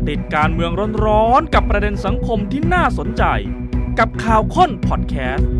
ติดการเมืองร้อนๆกับประเด็นสังคมที่น่าสนใจกับข่าวค้นพอดแคสต์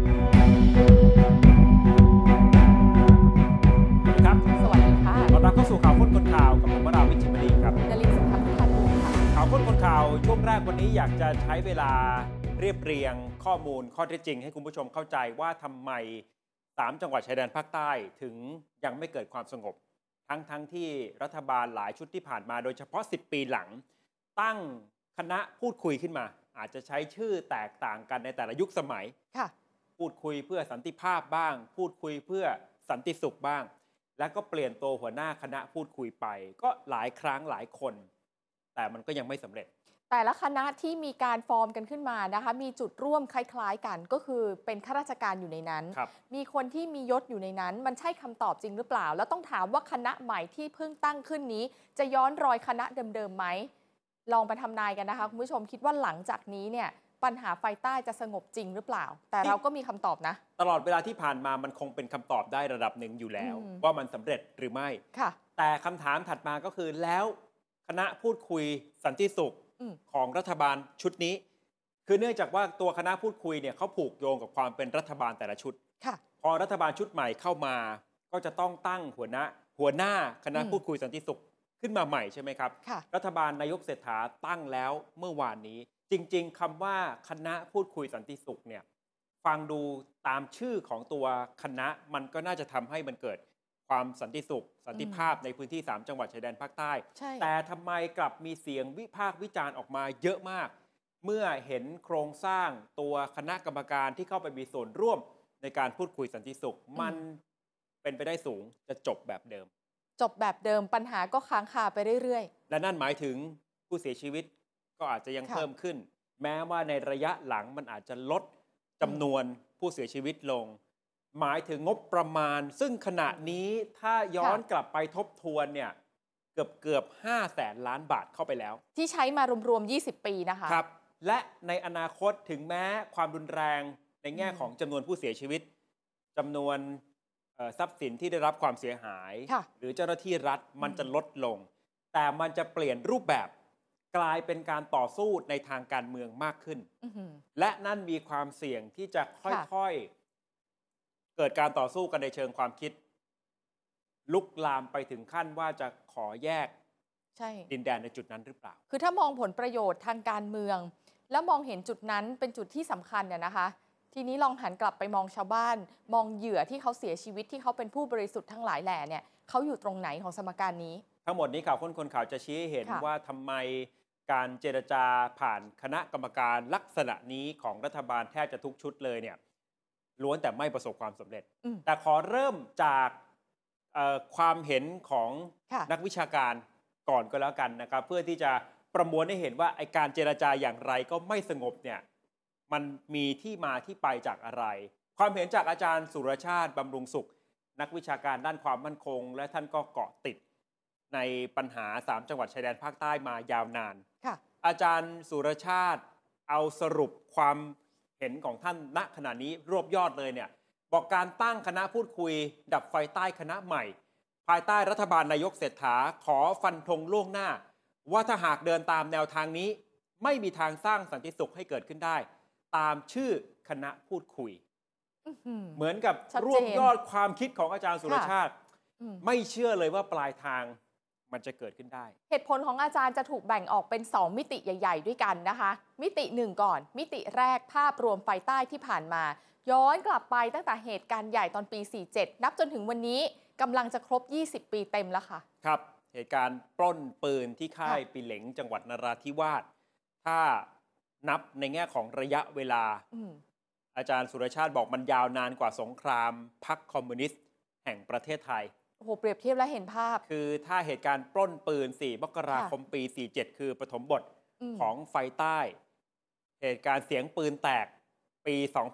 ครับสวัสดีค่ะต้อนรับเข้าสู่ข่าวค้นคนข่าวกับผมวราวิชิตมณีครับนลินทร์ สุขภัทรภูมิค่ะข่าวค้นคนข่าวช่วงแรกวันนี้อยากจะใช้เวลาเรียบเรียงข้อมูลข้อเท็จจริงให้คุณผู้ชมเข้าใจว่าทำไม3จังหวัดชายแดนภาคใต้ถึงยังไม่เกิดความสงบทั้งที่รัฐบาลหลายชุดที่ผ่านมาโดยเฉพาะ10ปีหลังตั้งคณะพูดคุยขึ้นมาอาจจะใช้ชื่อแตกต่างกันในแต่ละยุคสมัยพูดคุยเพื่อสันติภาพบ้างพูดคุยเพื่อสันติสุขบ้างแล้วก็เปลี่ยนตัวหัวหน้าคณะพูดคุยไปก็หลายครั้งหลายคนแต่มันก็ยังไม่สำเร็จแต่ละคณะที่มีการฟอร์มกันขึ้นมานะคะมีจุดร่วมคล้ายๆกันก็คือเป็นข้าราชการอยู่ในนั้นมีคนที่มียศอยู่ในนั้นมันใช่คำตอบจริงหรือเปล่าแล้วต้องถามว่าคณะใหม่ที่เพิ่งตั้งขึ้นนี้จะย้อนรอยคณะเดิมๆไหมลองไปทำนายกันนะคะคุณผู้ชมคิดว่าหลังจากนี้เนี่ยปัญหาไฟใต้จะสงบจริงหรือเปล่าแต่เราก็มีคำตอบนะตลอดเวลาที่ผ่านมามันคงเป็นคำตอบได้ระดับหนึ่งอยู่แล้วว่ามันสำเร็จหรือไม่แต่คำถามถัดมาก็คือแล้วคณะพูดคุยสันติสุขของรัฐบาลชุดนี้คือเนื่องจากว่าตัวคณะพูดคุยเนี่ยเขาผูกโยงกับความเป็นรัฐบาลแต่ละชุดพอรัฐบาลชุดใหม่เข้ามาก็จะต้องตั้งหัวหน้าคณะพูดคุยสันติสุขขึ้นมาใหม่ใช่ไหมครับรัฐบาลนายกเศรษฐาตั้งแล้วเมื่อวานนี้จริงๆคำว่าคณะพูดคุยสันติสุขเนี่ยฟังดูตามชื่อของตัวคณะมันก็น่าจะทำให้มันเกิดความสันติสุขสันติภาพในพื้นที่3จังหวัดชายแดนภาคใต้แต่ทำไมกลับมีเสียงวิพากษ์วิจารณ์ออกมาเยอะมากเมื่อเห็นโครงสร้างตัวคณะกรรมการที่เข้าไปมีส่วนร่วมในการพูดคุยสันติสุขมันเป็นไปได้สูงจะจบแบบเดิมปัญหาก็ค้างคาไปเรื่อยๆและนั่นหมายถึงผู้เสียชีวิตก็อาจจะยังเพิ่มขึ้นแม้ว่าในระยะหลังมันอาจจะลดจำนวนผู้เสียชีวิตลงหมายถึงงบประมาณซึ่งขณะนี้ถ้าย้อนกลับไปทบทวนเนี่ยเกือบ500,000 ล้านบาทเข้าไปแล้วที่ใช้มารวมๆ20ปีนะคะครับและในอนาคตถึงแม้ความรุนแรงในแง่ของจำนวนผู้เสียชีวิตจำนวนทรัพย์สินที่ได้รับความเสียหายหรือเจ้าหน้าที่รัฐมันจะลดลงแต่มันจะเปลี่ยนรูปแบบกลายเป็นการต่อสู้ในทางการเมืองมากขึ้นและนั่นมีความเสี่ยงที่จะค่อยๆเกิดการต่อสู้กันในเชิงความคิดลุกลามไปถึงขั้นว่าจะขอแยกดินแดนในจุดนั้นหรือเปล่าคือถ้ามองผลประโยชน์ทางการเมืองแล้วมองเห็นจุดนั้นเป็นจุดที่สำคัญเนี่ยนะคะทีนี้ลองหันกลับไปมองชาวบ้านมองเหยื่อที่เขาเสียชีวิตที่เขาเป็นผู้บริสุทธิ์ทั้งหลายแหล่เนี่ยเขาอยู่ตรงไหนของสมการนี้ทั้งหมดนี้ข่าวค้นคนข่าวจะชี้ให้เห็นว่าทำไมการเจรจาผ่านคณะกรรมการลักษณะนี้ของรัฐบาลแทบจะทุกชุดเลยเนี่ยล้วนแต่ไม่ประสบความสำเร็จแต่ขอเริ่มจากความเห็นของนักวิชาการก่อนก็แล้วกันนะครับเพื่อที่จะประมวลให้เห็นว่าไอ้การเจรจาอย่างไรก็ไม่สงบเนี่ยมันมีที่มาที่ไปจากอะไรความเห็นจากอาจารย์สุรชาติบำรุงสุขนักวิชาการด้านความมั่นคงและท่านก็เกาะติดในปัญหา3จังหวัดชายแดนภาคใต้มายาวนานอาจารย์สุรชาติเอาสรุปความเห็นของท่านณขณะนี้รวบยอดเลยเนี่ยบอกการตั้งคณะพูดคุยดับไฟใต้คณะใหม่ภายใต้รัฐบาลนายกเศรษฐาขอฟันธงล่วงหน้าว่าถ้าหากเดินตามแนวทางนี้ไม่มีทางสร้างสันติสุขให้เกิดขึ้นได้ตามชื่อคณะพูดคุยเหมือนกับรวบยอดความคิดของอาจารย์สุรชาติไม่เชื่อเลยว่าปลายทางมันจะเกิดขึ้นได้เหตุผลของอาจารย์จะถูกแบ่งออกเป็น2มิติใหญ่ๆด้วยกันนะคะมิติ1ก่อนมิติแรกภาพรวมไฟใต้ที่ผ่านมาย้อนกลับไปตั้งแต่เหตุการณ์ใหญ่ตอนปี47นับจนถึงวันนี้กำลังจะครบ20ปีเต็มแล้วค่ะครับเหตุการณ์ปล้นปืนที่ค่ายปีเหล็งจังหวัดนราธิวาสถ้านับในแง่ของระยะเวลาอาจารย์สุรชาติบอกมันยาวนานกว่าสงครามพรรคคอมมิวนิสต์แห่งประเทศไทยโอ้โหเปรียบเทียบแล้วเห็นภาพคือถ้าเหตุการณ์ปล้นปืน4 มกราคมปี47คือปฐมบทของไฟใต้เหตุการณ์เสียงปืนแตกปี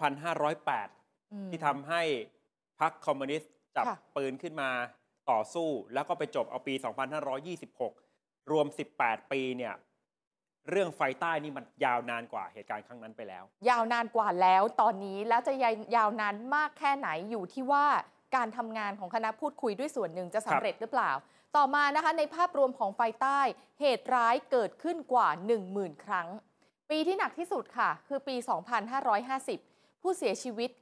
2508ที่ทำให้พรรคคอมมิวนิสต์จับปืนขึ้นมาต่อสู้แล้วก็ไปจบเอาปี2526รวม18ปีเนี่ยเรื่องไฟใต้นี่มันยาวนานกว่าเหตุการณ์ครั้งนั้นไปแล้วยาวนานกว่าแล้วตอนนี้แล้วจะยาวนานมากแค่ไหนอยู่ที่ว่าการทำงานของคณะพูดคุยด้วยส่วนหนึ่งจะสำเร็จหรือเปล่าต่อมานะคะในภาพรวมของไฟใต้เหตุร้ายเกิดขึ้นกว่า 10,000 ครั้งปีที่หนักที่สุดค่ะคือปี 2550 ผู้เสียชีวิต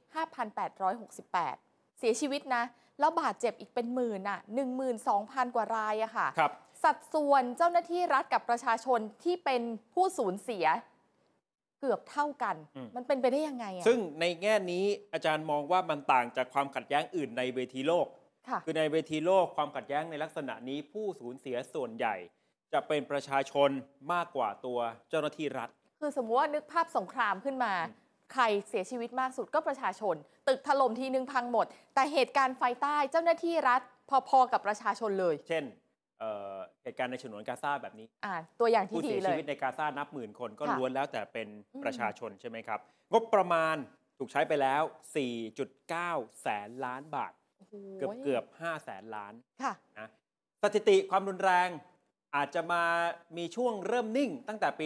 5,868 เสียชีวิตนะแล้วบาดเจ็บอีกเป็นหมื่นอ่ะ 12,000 กว่ารายอะค่ะสัดส่วนเจ้าหน้าที่รัฐกับประชาชนที่เป็นผู้สูญเสียเกือบเท่ากันมันเป็นไปได้ยังไงอะซึ่งในแง่นี้อาจารย์มองว่ามันต่างจากความขัดแย้งอื่นในเวทีโลกคือในเวทีโลกความขัดแย้งในลักษณะนี้ผู้สูญเสียส่วนใหญ่จะเป็นประชาชนมากกว่าตัวเจ้าหน้าที่รัฐคือสมมติว่านึกภาพสงครามขึ้นมาใครเสียชีวิตมากสุดก็ประชาชนตึกถล่มทีนึงพังหมดแต่เหตุการณ์ไฟใต้เจ้าหน้าที่รัฐพอๆกับประชาชนเลยเช่นเหตุการณ์ในฉนวนกาซาแบบนี้ตัวอย่างที่ดีเลยผู้เสียชีวิตในกาซานับหมื่นคนก็ล้วนแล้วแต่เป็นประชาชนใช่ไหมครับงบประมาณถูกใช้ไปแล้ว 4.9 แสนล้านบาทเกือบ5แสนล้านนะสถิติความรุนแรงอาจจะมามีช่วงเริ่มนิ่งตั้งแต่ปี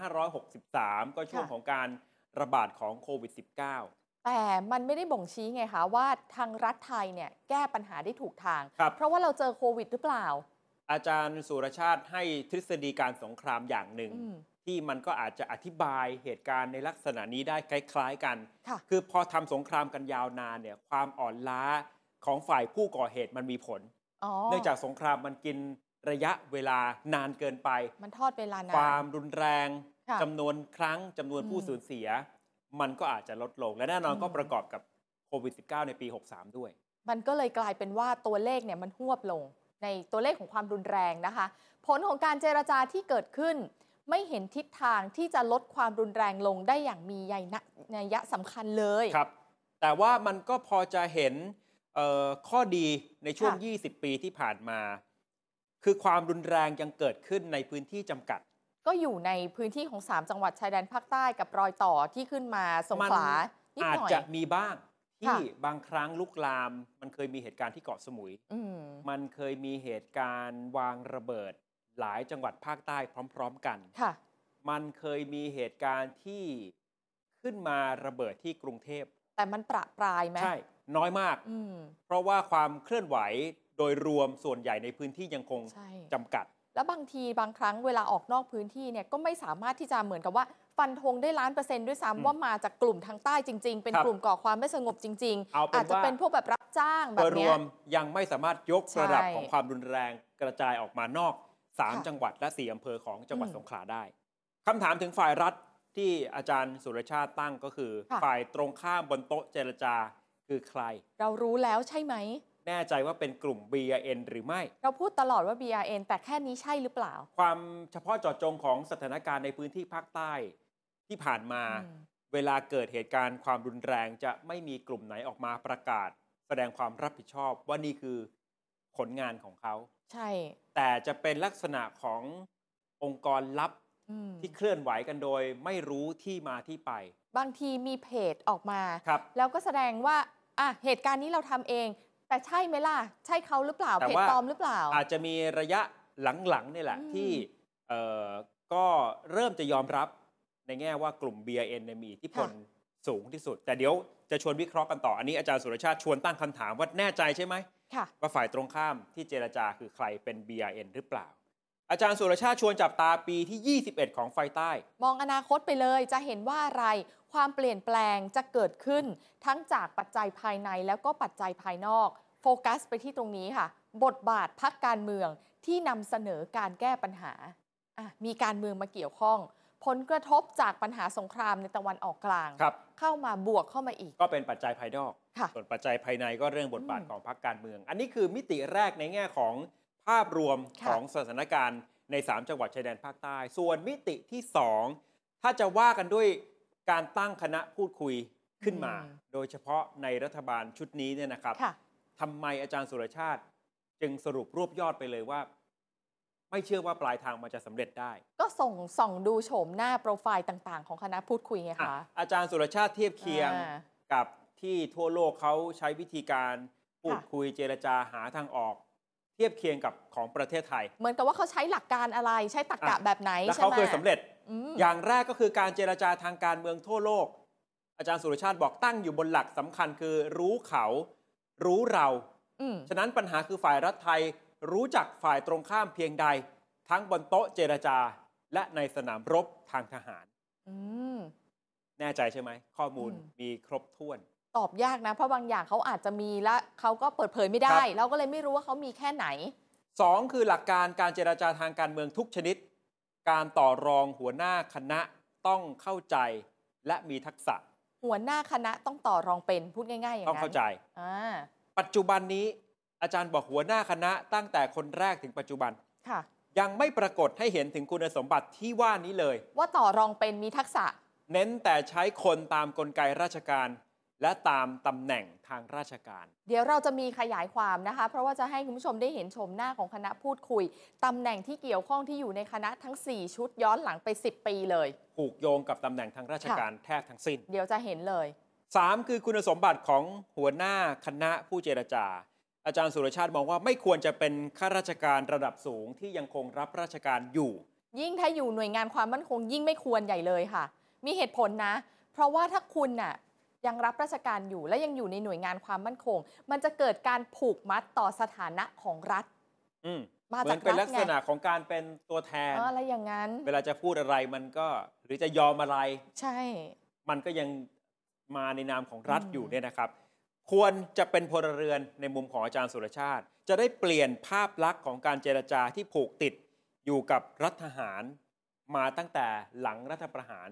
2563 ก็ช่วงของการระบาดของโควิด -19 แต่มันไม่ได้บ่งชี้ไงคะว่าทางรัฐไทยเนี่ยแก้ปัญหาได้ถูกทางเพราะว่าเราเจอโควิดหรือเปล่าอาจารย์สุรชาติให้ทฤษฎีการสงครามอย่างหนึ่งที่มันก็อาจจะอธิบายเหตุการณ์ในลักษณะนี้ได้คล้ายๆกันคือพอทำสงครามกันยาวนานเนี่ยความอ่อนล้าของฝ่ายผู้ก่อเหตุมันมีผลเนื่องจากสงครามมันกินระยะเวลานานเกินไปมันทอดเวลานานความรุนแรงจำนวนครั้งจำนวนผู้สูญเสียมันก็อาจจะลดลงและแน่นอนก็ประกอบกับโควิด -19 ในปี 63 ด้วยมันก็เลยกลายเป็นว่าตัวเลขเนี่ยมันหวบลงในตัวเลขของความรุนแรงนะคะผลของการเจรจาที่เกิดขึ้นไม่เห็นทิศทางที่จะลดความรุนแรงลงได้อย่างมีนัยสำคัญเลยครับแต่ว่ามันก็พอจะเห็นข้อดีในช่วง20 ปีที่ผ่านมาคือความรุนแรงยังเกิดขึ้นในพื้นที่จำกัดก็อยู่ในพื้นที่ของ3จังหวัดชายแดนภาคใต้กับรอยต่อที่ขึ้นมาสงขลาอาจจะมีบ้างที่บางครั้งลุกลามมันเคยมีเหตุการณ์ที่เกาะสมุยมันเคยมีเหตุการณ์วางระเบิดหลายจังหวัดภาคใต้พร้อมๆกันมันเคยมีเหตุการณ์ที่ขึ้นมาระเบิดที่กรุงเทพแต่มันประปรายไหมใช่น้อยมากเพราะว่าความเคลื่อนไหวโดยรวมส่วนใหญ่ในพื้นที่ยังคงจำกัดแล้วบางครั้งเวลาออกนอกพื้นที่เนี่ยก็ไม่สามารถที่จะเหมือนกับว่าฟันธงได้100%ด้วยซ้ำว่ามาจากกลุ่มทางใต้จริงๆเป็นกลุ่มก่อความไม่สงบจริงๆอาจจะเป็นพวกแบบรับจ้างแบบนี้โดยรวมยังไม่สามารถยกระดับของความรุนแรงกระจายออกมานอก3จังหวัดและ4อำเภอของจังหวัดสงขลาได้คำถามถึงฝ่ายรัฐที่อาจารย์สุรชาติตั้งก็คือฝ่ายตรงข้ามบนโต๊ะเจรจาคือใครเรารู้แล้วใช่ไหมแน่ใจว่าเป็นกลุ่ม BRN หรือไม่เราพูดตลอดว่า BRN แต่แค่นี้ใช่หรือเปล่าความเฉพาะเจาะจงของสถานการณ์ในพื้นที่ภาคใต้ที่ผ่านมาเวลาเกิดเหตุการณ์ความรุนแรงจะไม่มีกลุ่มไหนออกมาประกาศแสดงความรับผิดชอบว่านี่คือผลงานของเขาใช่แต่จะเป็นลักษณะขององค์กรลับที่เคลื่อนไหวกันโดยไม่รู้ที่มาที่ไปบางทีมีเพจออกมาแล้วก็แสดงว่าเหตุการณ์นี้เราทำเองแต่ใช่ไหมล่ะใช่เขาหรือเปล่าเพจปลอมหรือเปล่าอาจจะมีระยะหลังๆนี่แหละที่ก็เริ่มจะยอมรับในแง่ว่ากลุ่ม BRN มีอิทธิพลสูงที่สุดแต่เดี๋ยวจะชวนวิเคราะห์กันต่ออันนี้อาจารย์สุรชาติชวนตั้งคำถามว่าแน่ใจใช่ไหมว่าฝ่ายตรงข้ามที่เจรจาคือใครเป็น BRN หรือเปล่าอาจารย์สุรชาติชวนจับตาปีที่21ของไฟใต้มองอนาคตไปเลยจะเห็นว่าอะไรความเปลี่ยนแปลงจะเกิดขึ้นทั้งจากปัจจัยภายในแล้วก็ปัจจัยภายนอกโฟกัสไปที่ตรงนี้ค่ะบทบาทพรรคการเมืองที่นำเสนอการแก้ปัญหามีการเมืองมาเกี่ยวข้องผลกระทบจากปัญหาสงครามในตะวันออกกลางเข้ามาบวกเข้ามาอีกก็เป็นปัจจัยภายนอกส่วนปัจจัยภายในก็เรื่องบทบาทของพรรคการเมืองอันนี้คือมิติแรกในแง่ของภาพรวมของสถานการณ์ใน3จังหวัดชายแดนภาคใต้ส่วนมิติที่2ถ้าจะว่ากันด้วยการตั้งคณะพูดคุยขึ้นมาโดยเฉพาะในรัฐบาลชุดนี้เนี่ยนะครับทำไมอาจารย์สุรชาติจึงสรุปรวบยอดไปเลยว่าไม่เชื่อว่าปลายทางมันจะสำเร็จได้ก็ส่องดูโฉมหน้าโปรไฟล์ต่างๆของคณะพูดคุยไงคะอาจารย์สุรชาติเทียบเคียงกับที่ทั่วโลกเขาใช้วิธีการพูดคุยเจรจาหาทางออกเทียบเคียงกับของประเทศไทยเหมือนกับว่าเขาใช้หลักการอะไรใช้ตรรกะแบบไหนแล้วเขาเคยสำเร็จอย่างแรกก็คือการเจรจาทางการเมืองทั่วโลกอาจารย์สุรชาติบอกตั้งอยู่บนหลักสำคัญคือรู้เขารู้เราฉะนั้นปัญหาคือฝ่ายรัฐไทยรู้จักฝ่ายตรงข้ามเพียงใด ทั้งบนโต๊ะเจรจาและในสนามรบทางทหารแน่ใจใช่ไหมข้อมูลมีครบถ้วนตอบยากนะเพราะบางอย่างเขาอาจจะมีและเขาก็เปิดเผยไม่ได้เราก็เลยไม่รู้ว่าเขามีแค่ไหน 2 คือหลักการการเจรจาทางการเมืองทุกชนิดการต่อรองหัวหน้าคณะต้องเข้าใจและมีทักษะหัวหน้าคณะต้องต่อรองเป็นพูดง่ายๆอย่างนั้นต้องเข้าใจปัจจุบันนี้อาจารย์บอกหัวหน้าคณะตั้งแต่คนแรกถึงปัจจุบันยังไม่ปรากฏให้เห็นถึงคุณสมบัติที่ว่านี้เลยว่าต่อรองเป็นมีทักษะเน้นแต่ใช้คนตามกลไกราชการและตามตำแหน่งทางราชการเดี๋ยวเราจะมีขยายความนะคะเพราะว่าจะให้คุณผู้ชมได้เห็นชมหน้าของคณะพูดคุยตำแหน่งที่เกี่ยวข้องที่อยู่ในคณะทั้ง4ชุดย้อนหลังไป10 ปีเลยผูกโยงกับตำแหน่งทางราชการแทบทั้งสิ้นเดี๋ยวจะเห็นเลย 3คือคุณสมบัติของหัวหน้าคณะผู้เจรจาอาจารย์สุรชาติมองว่าไม่ควรจะเป็นข้าราชการระดับสูงที่ยังคงรับราชการอยู่ยิ่งถ้าอยู่หน่วยงานความมั่นคงยิ่งไม่ควรใหญ่เลยค่ะมีเหตุผลนะเพราะว่าถ้าคุณน่ะยังรับราชการอยู่และยังอยู่ในหน่วยงานความมั่นคงมันจะเกิดการผูกมัดต่อสถานะของรัฐมาจากเป็นลักษณะของการเป็นตัวแทนอะไรอย่างนั้นเวลาจะพูดอะไรมันก็หรือจะยอมอะไรใช่มันก็ยังมาในนามของรัฐอยู่เนี่ยนะครับควรจะเป็นพลเรือนในมุมของอาจารย์สุรชาติจะได้เปลี่ยนภาพลักษณ์ของการเจรจาที่ผูกติดอยู่กับรัฐทหารมาตั้งแต่หลังรัฐประหาร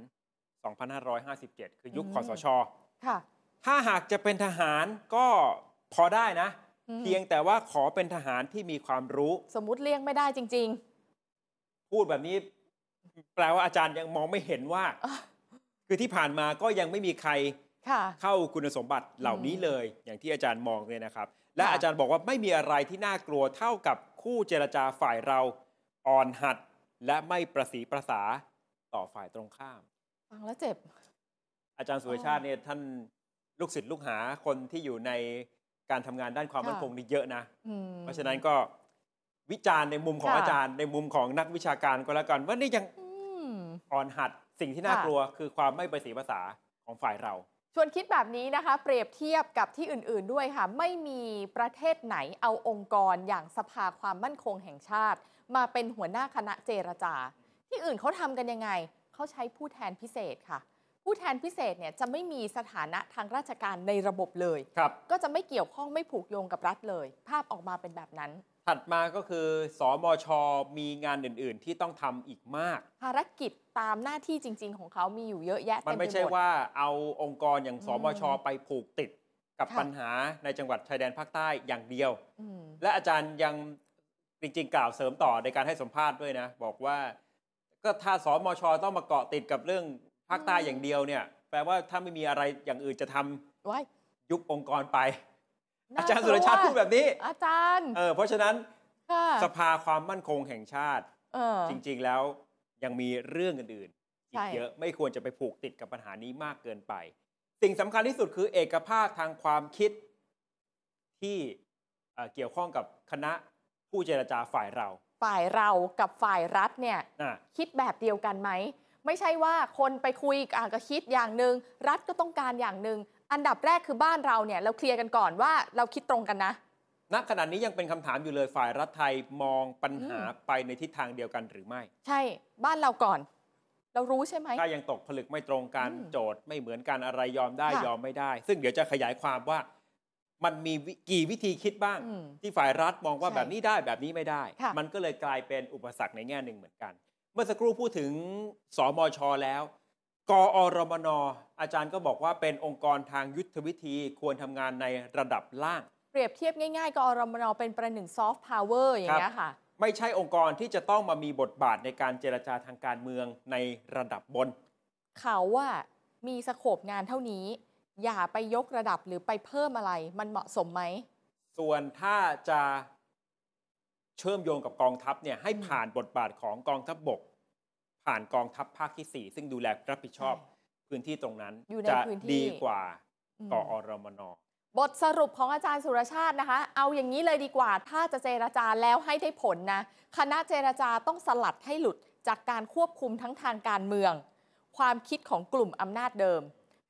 2557 คือยุคคสช.ถ้าหากจะเป็นทหารก็พอได้นะเพียงแต่ว่าขอเป็นทหารที่มีความรู้สมมุติเลี่ยงไม่ได้จริงๆพูดแบบนี้แปลว่าอาจารย์ยังมองไม่เห็นว่าคือที่ผ่านมาก็ยังไม่มีใครเข้าคุณสมบัติเหล่านี้เลยอย่างที่อาจารย์มองเลยนะครับและอาจารย์บอกว่าไม่มีอะไรที่น่ากลัวเท่ากับคู่เจรจาฝ่ายเราอ่อนหัดและไม่ประสีประสาต่อฝ่ายตรงข้ามฟังแล้วเจ็บอาจารย์สุรชาติเนี่ยท่านลูกศิษย์ลูกหาคนที่อยู่ในการทำงานด้านความมั่นคงนี่เยอะนะเพราะฉะนั้นก็วิจารณ์ในมุมของอาจารย์ในมุมของนักวิชาการก็แล้วกันว่านี่ยังอ่อนหัดสิ่งที่น่ากลัวคือความไม่ประสีประสาของฝ่ายเราชวนคิดแบบนี้นะคะเปรียบเทียบกับที่อื่นๆด้วยค่ะไม่มีประเทศไหนเอาองค์กรอย่างสภาความมั่นคงแห่งชาติมาเป็นหัวหน้าคณะเจรจาที่อื่นเขาทำกันยังไงเขาใช้ผู้แทนพิเศษค่ะผู้แทนพิเศษเนี่ยจะไม่มีสถานะทางราชการในระบบเลยก็จะไม่เกี่ยวข้องไม่ผูกโยงกับรัฐเลยภาพออกมาเป็นแบบนั้นถัดมาก็คือสมช.มีงานอื่นๆที่ต้องทำอีกมากภารกิจตามหน้าที่จริงๆของเขามีอยู่เยอะแยะมันไม่ใช่ว่าเอาองค์กรอย่างสมช.ไปผูกติดกับปัญหาในจังหวัดชายแดนภาคใต้อย่างเดียวและอาจารย์ยังจริงๆกล่าวเสริมต่อในการให้สัมภาษณ์ด้วยนะบอกว่าก็ถ้าสมช.ต้องมาเกาะติดกับเรื่องภาคใต้อย่างเดียวเนี่ยแปลว่าถ้าไม่มีอะไรอย่างอื่นจะทำยุบองค์กรไปอาจารย์สุรชาติพูดแบบนี้อาจารย์เพราะฉะนั้นสภาความมั่นคงแห่งชาติจริงๆแล้วยังมีเรื่องอื่นๆอีกเยอะไม่ควรจะไปผูกติดกับปัญหานี้มากเกินไปสิ่งสำคัญที่สุดคือเอกภาพทางความคิดที่เกี่ยวข้องกับคณะผู้เจรจาฝ่ายเรากับฝ่ายรัฐเนี่ยคิดแบบเดียวกันไหมไม่ใช่ว่าคนไปคุยก็คิดอย่างหนึ่งรัฐก็ต้องการอย่างหนึ่งอันดับแรกคือบ้านเราเนี่ยเราเคลียร์กันก่อนว่าเราคิดตรงกันนะณขณะนี้ยังเป็นคำถามอยู่เลยฝ่ายรัฐไทยมองปัญหาไปในทิศทางเดียวกันหรือไม่ใช่บ้านเราก่อนเรารู้ใช่ไหมถ้ายังตกผลึกไม่ตรงกันโจทย์ไม่เหมือนกันอะไรยอมได้ยอมไม่ได้ซึ่งเดี๋ยวจะขยายความว่ามันมีกี่วิธีคิดบ้างที่ฝ่ายรัฐมองว่าแบบนี้ได้แบบนี้ไม่ได้มันก็เลยกลายเป็นอุปสรรคในแง่หนึ่งเหมือนกันเมื่อสักครู่พูดถึงสมช.แล้วกอรมน.อาจารย์ก็บอกว่าเป็นองค์กรทางยุทธวิธีควรทำงานในระดับล่างเปรียบเทียบง่ายๆกอรมน.เป็นประหนึ่งซอฟต์พาวเวอร์อย่างเงี้ยค่ะไม่ใช่องค์กรที่จะต้องมามีบทบาทในการเจรจาทางการเมืองในระดับบนเขาว่ามีสโคปงานเท่านี้อย่าไปยกระดับหรือไปเพิ่มอะไรมันเหมาะสมไหมส่วนถ้าจะเชื่อมโยงกับกองทัพเนี่ยให้ผ่านบทบาทของกองทัพบกผ่านกองทัพภาคที่4ซึ่งดูแลรับผิดชอบพื้นที่ตรงนั้นจะดีกว่ากอรมน. บทสรุปของอาจารย์สุรชาตินะคะเอาอย่างนี้เลยดีกว่าถ้าจะเจรจาแล้วให้ได้ผลนะคณะเจรจาต้องสลัดให้หลุดจากการควบคุมทั้งทางการเมืองความคิดของกลุ่มอำนาจเดิม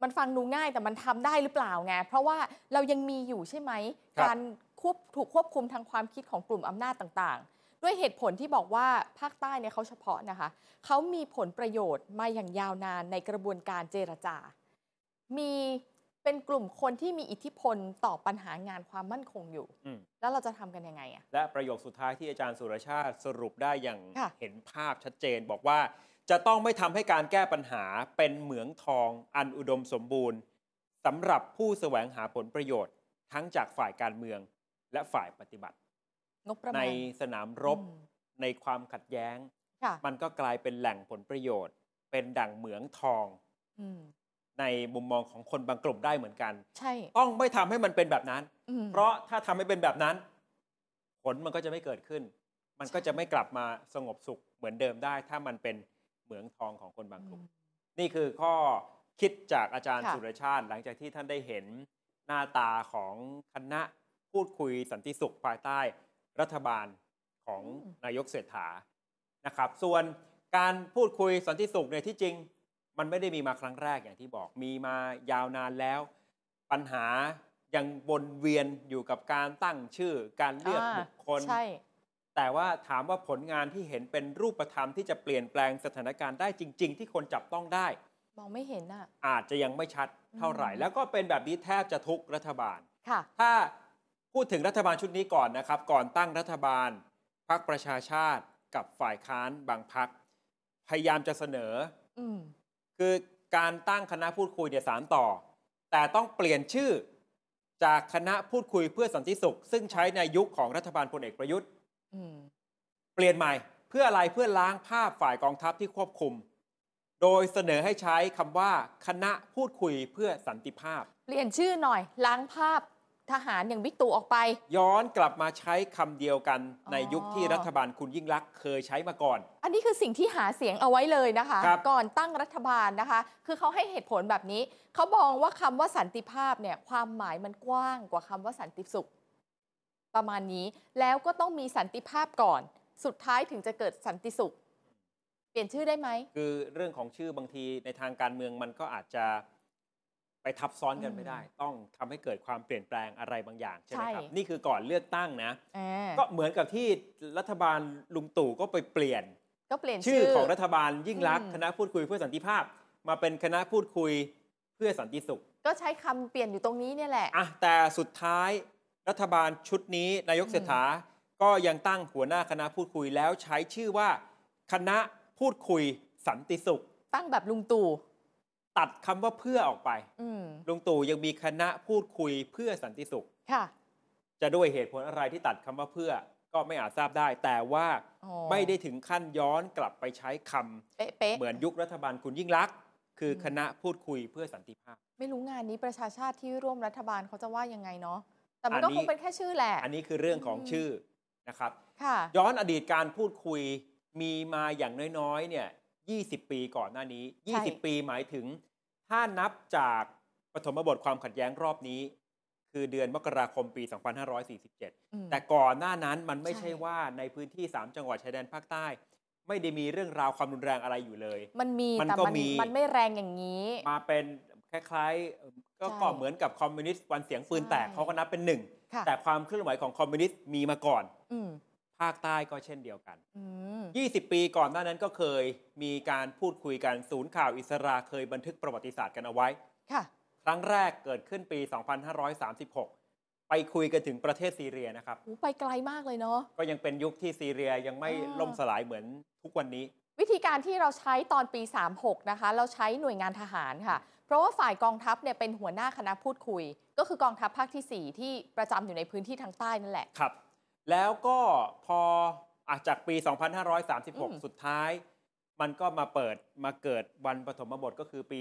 มันฟังดูง่ายแต่มันทำได้หรือเปล่าไงเพราะว่าเรายังมีอยู่ใช่ไหมการถูกควบคุมทางความคิดของกลุ่มอำนาจต่างๆด้วยเหตุผลที่บอกว่าภาคใต้เนี่ยเขาเฉพาะนะคะเขามีผลประโยชน์มาอย่างยาวนานในกระบวนการเจรจามีเป็นกลุ่มคนที่มีอิทธิพลต่อปัญหางานความมั่นคงอยู่แล้วเราจะทำกันยังไงอะและประโยคสุดท้ายที่อาจารย์สุรชาติสรุปได้อย่างเห็นภาพชัดเจนบอกว่าจะต้องไม่ทำให้การแก้ปัญหาเป็นเหมืองทองอันอุดมสมบูรณ์สำหรับผู้แสวงหาผลประโยชน์ทั้งจากฝ่ายการเมืองและฝ่ายปฏิบัติในสนามรบในความขัดแย้งมันก็กลายเป็นแหล่งผลประโยชน์เป็นดั่งเหมืองทองในมุมมองของคนบางกลุ่มได้เหมือนกันใช่ต้องไม่ทำให้มันเป็นแบบนั้นเพราะถ้าทำให้เป็นแบบนั้นผลมันก็จะไม่เกิดขึ้นมันก็จะไม่กลับมาสงบสุขเหมือนเดิมได้ถ้ามันเป็นเหมืองทองของคนบางกลุ่มนี่คือข้อคิดจากอาจารย์สุรชาติหลังจากที่ท่านได้เห็นหน้าตาของคณะพูดคุยสันติสุขภายใต้รัฐบาลของนายกเศรษฐานะครับส่วนการพูดคุยสันติสุขเนี่ยที่จริงมันไม่ได้มีมาครั้งแรกอย่างที่บอกมีมายาวนานแล้วปัญหายังวนเวียนอยู่กับการตั้งชื่อการเลือกบุคคลแต่ว่าถามว่าผลงานที่เห็นเป็นรูปธรรมที่จะเปลี่ยนแปลงสถานการณ์ได้จริงๆที่คนจับต้องได้มองไม่เห็นอาจจะยังไม่ชัดเท่าไหร่แล้วก็เป็นแบบนี้แทบจะทุกรัฐบาลค่ะถ้าพูดถึงรัฐบาลชุดนี้ก่อนนะครับก่อนตั้งรัฐบาลพรรคประชาชาติกับฝ่ายค้านบางพรรคพยายามจะเสนอคือการตั้งคณะพูดคุยสานต่อแต่ต้องเปลี่ยนชื่อจากคณะพูดคุยเพื่อสันติสุขซึ่งใช้ในยุคของรัฐบาลพลเอกประยุทธ์เปลี่ยนใหม่เพื่ออะไรเพื่อล้างภาพฝ่ายกองทัพที่ควบคุมโดยเสนอให้ใช้คำว่าคณะพูดคุยเพื่อสันติภาพเปลี่ยนชื่อหน่อยล้างภาพทหารอย่างบิ๊กตู่ออกไปย้อนกลับมาใช้คำเดียวกันในยุคที่รัฐบาลคุณยิ่งลักษณ์เคยใช้มาก่อนอันนี้คือสิ่งที่หาเสียงเอาไว้เลยนะคะก่อนตั้งรัฐบาลนะคะคือเขาให้เหตุผลแบบนี้เขามองว่าคำว่าสันติภาพเนี่ยความหมายมันกว้างกว่าคำว่าสันติสุขประมาณนี้แล้วก็ต้องมีสันติภาพก่อนสุดท้ายถึงจะเกิดสันติสุขเปลี่ยนชื่อได้ไหมคือเรื่องของชื่อบางทีในทางการเมืองมันก็อาจจะไปทับซ้อนกันไม่ได้ต้องทำให้เกิดความเปลี่ยนแปลงอะไรบางอย่างใช่ไหมครับนี่คือก่อนเลือกตั้งนะก็เหมือนกับที่รัฐบาลลุงตู่ก็ไปเปลี่ยนชื่อของรัฐบาลยิ่งลักษณ์คณะพูดคุยเพื่อสันติภาพมาเป็นคณะพูดคุยเพื่อสันติสุขก็ใช้คำเปลี่ยนอยู่ตรงนี้เนี่ยแหละแต่สุดท้ายรัฐบาลชุดนี้นายกเศรษฐาก็ยังตั้งหัวหน้าคณะพูดคุยแล้วใช้ชื่อว่าคณะพูดคุยสันติสุขตั้งแบบลุงตู่ตัดคำว่าเพื่อออกไปลุงตู่ยังมีคณะพูดคุยเพื่อสันติสุขจะด้วยเหตุผลอะไรที่ตัดคำว่าเพื่อก็ไม่อาจทราบได้แต่ว่าไม่ได้ถึงขั้นย้อนกลับไปใช้คำเหมือนยุครัฐบาลคุณยิ่งลักษณ์คือคณะพูดคุยเพื่อสันติภาพไม่รู้งานนี้ประชาชาติที่ร่วมรัฐบาลเขาจะว่ายังไงเนาะแต่มันก็คงเป็นแค่ชื่อแหละอันนี้คือเรื่องของชื่อนะครับย้อนอดีตการพูดคุยมีมาอย่างน้อยๆเนี่ย20 ปีก่อนหน้านี้20 ปีหมายถึงถ้านับจากปฐมบทความขัดแย้งรอบนี้คือเดือนมกราคมปี 2547 แต่ก่อนหน้านั้นมันไม่ใช่ว่าในพื้นที่3จังหวัดชายแดนภาคใต้ไม่ได้มีเรื่องราวความรุนแรงอะไรอยู่เลยมันมีแต่มันไม่แรงอย่างนี้มาเป็นคล้ายๆก็เหมือนกับคอมมิวนิสต์วันเสียงปืนแตกเขาก็นับเป็น1แต่ความเคลื่อนไหวของคอมมิวนิสต์มีมาก่อนภาคใต้ก็เช่นเดียวกัน20 ปีก่อนหน้านั้นก็เคยมีการพูดคุยกันศูนย์ข่าวอิสราเคยบันทึกประวัติศาสตร์กันเอาไว้ครั้งแรกเกิดขึ้นปี 2536 ไปคุยกันถึงประเทศซีเรียนะครับไปไกลมากเลยเนาะก็ยังเป็นยุคที่ซีเรียยังไม่ล่มสลายเหมือนทุกวันนี้วิธีการที่เราใช้ตอนปี 36 นะคะเราใช้หน่วยงานทหารค่ะเพราะว่าฝ่ายกองทัพเนี่ยเป็นหัวหน้าคณะพูดคุยก็คือกองทัพภาคที่ 4ที่ประจำอยู่ในพื้นที่ทางใต้นั่นแหละครับแล้วก็พอจากปี 2536 สุดท้ายมันก็มาเกิดวันปฐมบทก็คือปี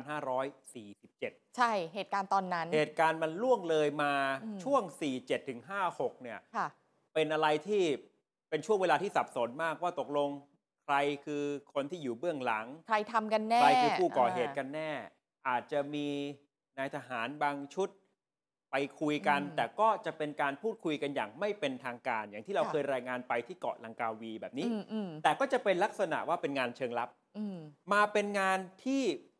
2547 ใช่เหตุการณ์ตอนนั้นเหตุการณ์มันล่วงเลยมาช่วง 47 ถึง 56 เนี่ยเป็นอะไรที่เป็นช่วงเวลาที่สับสนมากว่าตกลงใครคือคนที่อยู่เบื้องหลังใครทำกันแน่ใครคือผู้ก่อเหตุกันแน่อาจจะมีนายทหารบางชุดไปคุยกันแต่ก็จะเป็นการพูดคุยกันอย่างไม่เป็นทางการอย่างที่เราเคยรายงานไปที่เกาะลังกาวีแบบนี้แต่ก็จะเป็นลักษณะว่าเป็นงานเชิงลับมาเป็นงานที่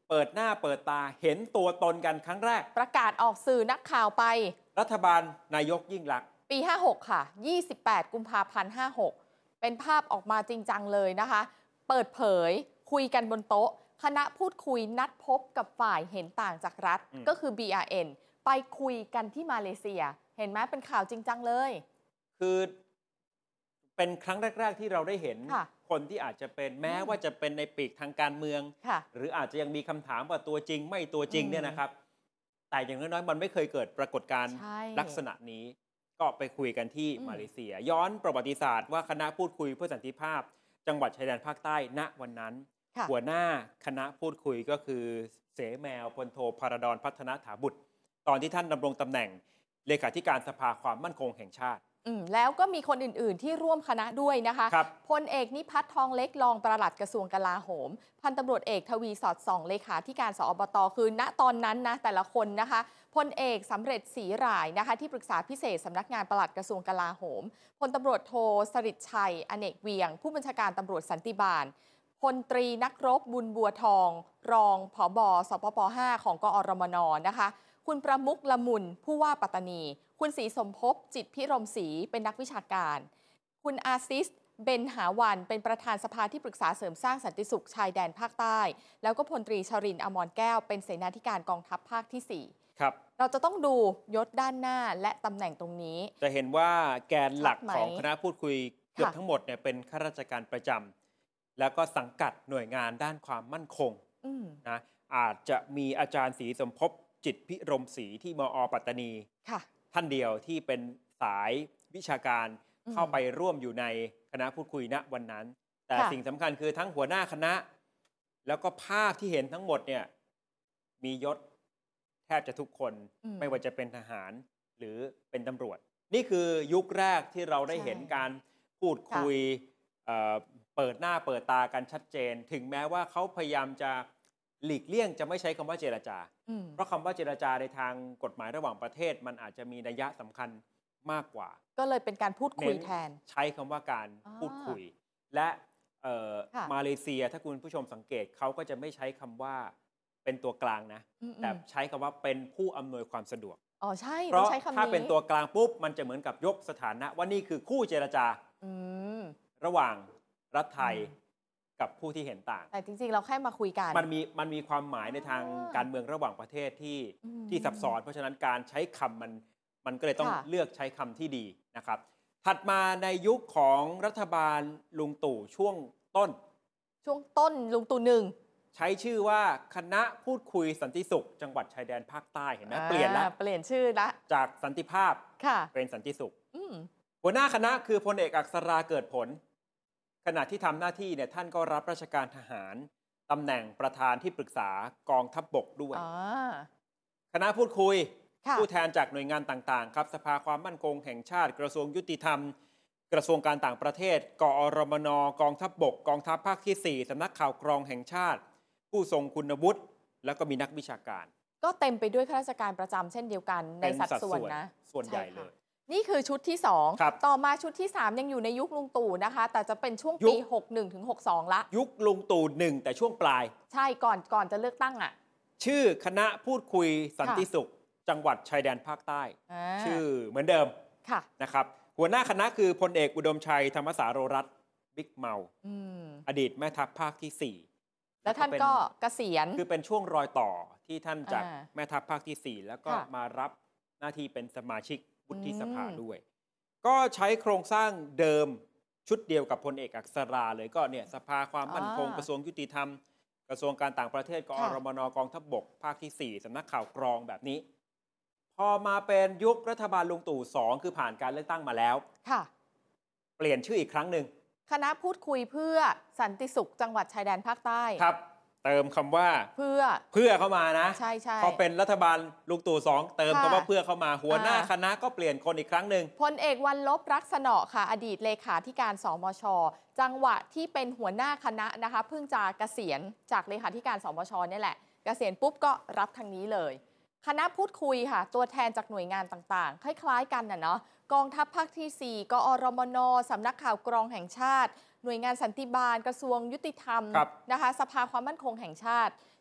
เปิดหน้าเปิดตาเห็นตัวตนกันครั้งแรกประกาศออกสื่อนักข่าวไปรัฐบาลนายกยิ่งลักษณ์ปี 56 ค่ะ 28 กุมภาพันธ์ 56 เป็นภาพออกมาจริงจังเลยนะคะ เปิดเผยคุยกันบนโต๊ะ คณะพูดคุยนัดพบกับฝ่ายเห็นต่างจากรัฐ ก็คือ BRN ไปคุยกันที่มาเลเซีย เห็นไหมเป็นข่าวจริงจังเลยคือเป็นครั้งแรกๆที่เราได้เห็นคนที่อาจจะเป็นแม้ว่าจะเป็นในปีกทางการเมืองหรืออาจจะยังมีคำถามว่าตัวจริงไม่ตัวจริงเนี่ยนะครับแต่อย่างน้อยๆมันไม่เคยเกิดปรากฏการณ์ลักษณะนี้ก็ไปคุยกันที่มาเลเซียย้อนประวัติศาสตร์ว่าคณะพูดคุยเพื่อสันติภาพจังหวัดชายแดนภาคใต้ณวันนั้นหัวหน้าคณะพูดคุยก็คือเสแมวพลโทพารดรพัฒนาถาบุตรตอนที่ท่านดำรงตำแหน่งเลขาธิการสภาความมั่นคงแห่งชาติแล้วก็มีคนอื่นๆที่ร่วมคณะด้วยนะคะพลเอกนิพัฒน์ทองเล็กรองปลัดกระทรวงกลาโหมพันตำรวจเอกทวีสอดส่องเลขาธิการสอบตคือณตอนนั้นนะแต่ละคนนะคะพลเอกสำเร็จศรีหร่ายนะคะที่ปรึกษาพิเศษสำนักงานปลัดกระทรวงกลาโหมพลตำรวจโทสฤษดิ์ชัยอเนกเวียงผู้บัญชาการตำรวจสันติบาลพลตรีนักรบบุญบัวทองรองผบ.สปป. 5 ของกอรมน.นะคะคุณประมุขละมุนผู้ว่าปัตตานีคุณศรีสมภพจิตพิรมศรีเป็นนักวิชาการคุณอาซิสเบนหาวันเป็นประธานสภาที่ปรึกษาเสริมสร้างสันติสุขชายแดนภาคใต้แล้วก็พลตรีชรินทร์อมรแก้วเป็นเสนาธิการกองทัพภาคที่4 ครับเราจะต้องดูยศด้านหน้าและตำแหน่งตรงนี้จะเห็นว่าแกนหลักของคณะพูดคุยเกือบทั้งหมดเนี่ยเป็นข้าราชการประจำแล้วก็สังกัดหน่วยงานด้านความมั่นคงนะอาจจะมีอาจารย์ศรีสมภพจิตพิรมศรีที่มอปัตตานีท่านเดียวที่เป็นสายวิชาการเข้าไปร่วมอยู่ในคณะพูดคุยณวันนั้นแต่สิ่งสำคัญคือทั้งหัวหน้าคณะแล้วก็ภาพที่เห็นทั้งหมดเนี่ยมียศแทบจะทุกคนไม่ว่าจะเป็นทหารหรือเป็นตำรวจนี่คือยุคแรกที่เราได้เห็นการพูดคุยเปิดหน้าเปิดตากันชัดเจนถึงแม้ว่าเขาพยายามจะหลีกเลี่ยงจะไม่ใช้คำว่าเจรจาเพราะคำว่าเจรจาในทางกฎหมายระหว่างประเทศมันอาจจะมีนัยสำคัญมากกว่าก็เลยเป็นการพูดคุยแทนใช้คำว่าการพูดคุยและมาเลเซียถ้าคุณผู้ชมสังเกตเขาก็จะไม่ใช้คำว่าเป็นตัวกลางนะแต่ใช้คำว่าเป็นผู้อำนวยความสะดวกใช่เพราะถ้าเป็นตัวกลางปุ๊บมันจะเหมือนกับยกสถานะว่านี่คือคู่เจรจาระหว่างรัฐไทยกับผู้ที่เห็นต่างแต่จริงๆเราแค่มาคุยกันมันมีความหมายในทางการเมืองระหว่างประเทศที่ซับซ้อนเพราะฉะนั้นการใช้คำมันก็เลยต้องเลือกใช้คำที่ดีนะครับถัดมาในยุคของรัฐบาลลุงตู่ช่วงต้นลุงตู่หนึ่งใช้ชื่อว่าคณะพูดคุยสันติสุขจังหวัดชายแดนภาคใต้เห็นไหมเปลี่ยนแล้วเปลี่ยนชื่อละจากสันติภาพเป็นสันติสุขหัวหน้าคณะคือพลเอกอักษราเกิดผลขณะที่ทำหน้าที่เนี่ยท่านก็รับราชการทหารตำแหน่งประธานที่ปรึกษากองทัพบกด้วยคณะพูดคุยผู้แทนจากหน่วยงานต่างๆครับสภาความมั่นคงแห่งชาติกระทรวงยุติธรรมกระทรวงการต่างประเทศกอรมนกองทัพบกกองทัพภาคที่4สำนักข่าวกรองแห่งชาติผู้ทรงคุณวุฒิแล้วก็มีนักวิชาการก็เต็มไปด้วยข้าราชการประจำเช่นเดียวกันในสัดส่วนนะส่วนใหญ่เลยนี่คือชุดที่2ต่อมาชุดที่3ยังอยู่ในยุคลุงตู่นะคะแต่จะเป็นช่วงปี61ถึง62ละยุคลุงตู่1แต่ช่วงปลายใช่ก่อนจะเลือกตั้งอ่ะชื่อคณะพูดคุยสันติสุขจังหวัดชายแดนภาคใต้ชื่อเหมือนเดิมนะครับหัวหน้าคณะคือพลเอกอุดมชัยธรรมสาโรรัตน์บิ๊กเมาอดีตแม่ทัพภาคที่4 แล้วท่านก็เกษียณคือเป็นช่วงรอยต่อที่ท่านจากแม่ทัพภาคที่4แล้วก็มารับหน้าที่เป็นสมาชิกวุฒิสภาด้วยก็ใช้โครงสร้างเดิมชุดเดียวกับพลเอกอักษราเลยก็เนี่ยสภาความมั่นคงกระทรวงยุติธรรมกระทรวงการต่างประเทศกอรมนกองทัพบกภาคที่4สำนักข่าวกรองแบบนี้พอมาเป็นยุครัฐบาลลุงตู่2คือผ่านการเลือกตั้งมาแล้วเปลี่ยนชื่ออีกครั้งหนึ่งคณะพูดคุยเพื่อสันติสุขจังหวัดชายแดนภาคใต้ครับเติมคำว่าเพื่อเข้ามานะใช่พอเป็นรัฐบาลลุงตู่2เติมคำว่าเพื่อเข้ามาหัวหน้าคณะก็เปลี่ยนคนอีกครั้งหนึ่งพลเอกวันลบรักษณะค่ะอดีตเลขาธิการสมช.จังหวะที่เป็นหัวหน้าคณะนะคะเพิ่งจะเกษียณจากเลขาธิการสมช.นี่แหละเกษียณปุ๊บก็รับทางนี้เลยคณะพูดคุยค่ะตัวแทนจากหน่วยงานต่างๆคล้ายๆกันน่ะเนาะกองทัพภาคที่4กอรมนสำนักข่าวกรองแห่งชาติหน่วยงานสันติบาลกระทรวงยุติธรรมนะคะสภาความมั่นคงแห่งชาติ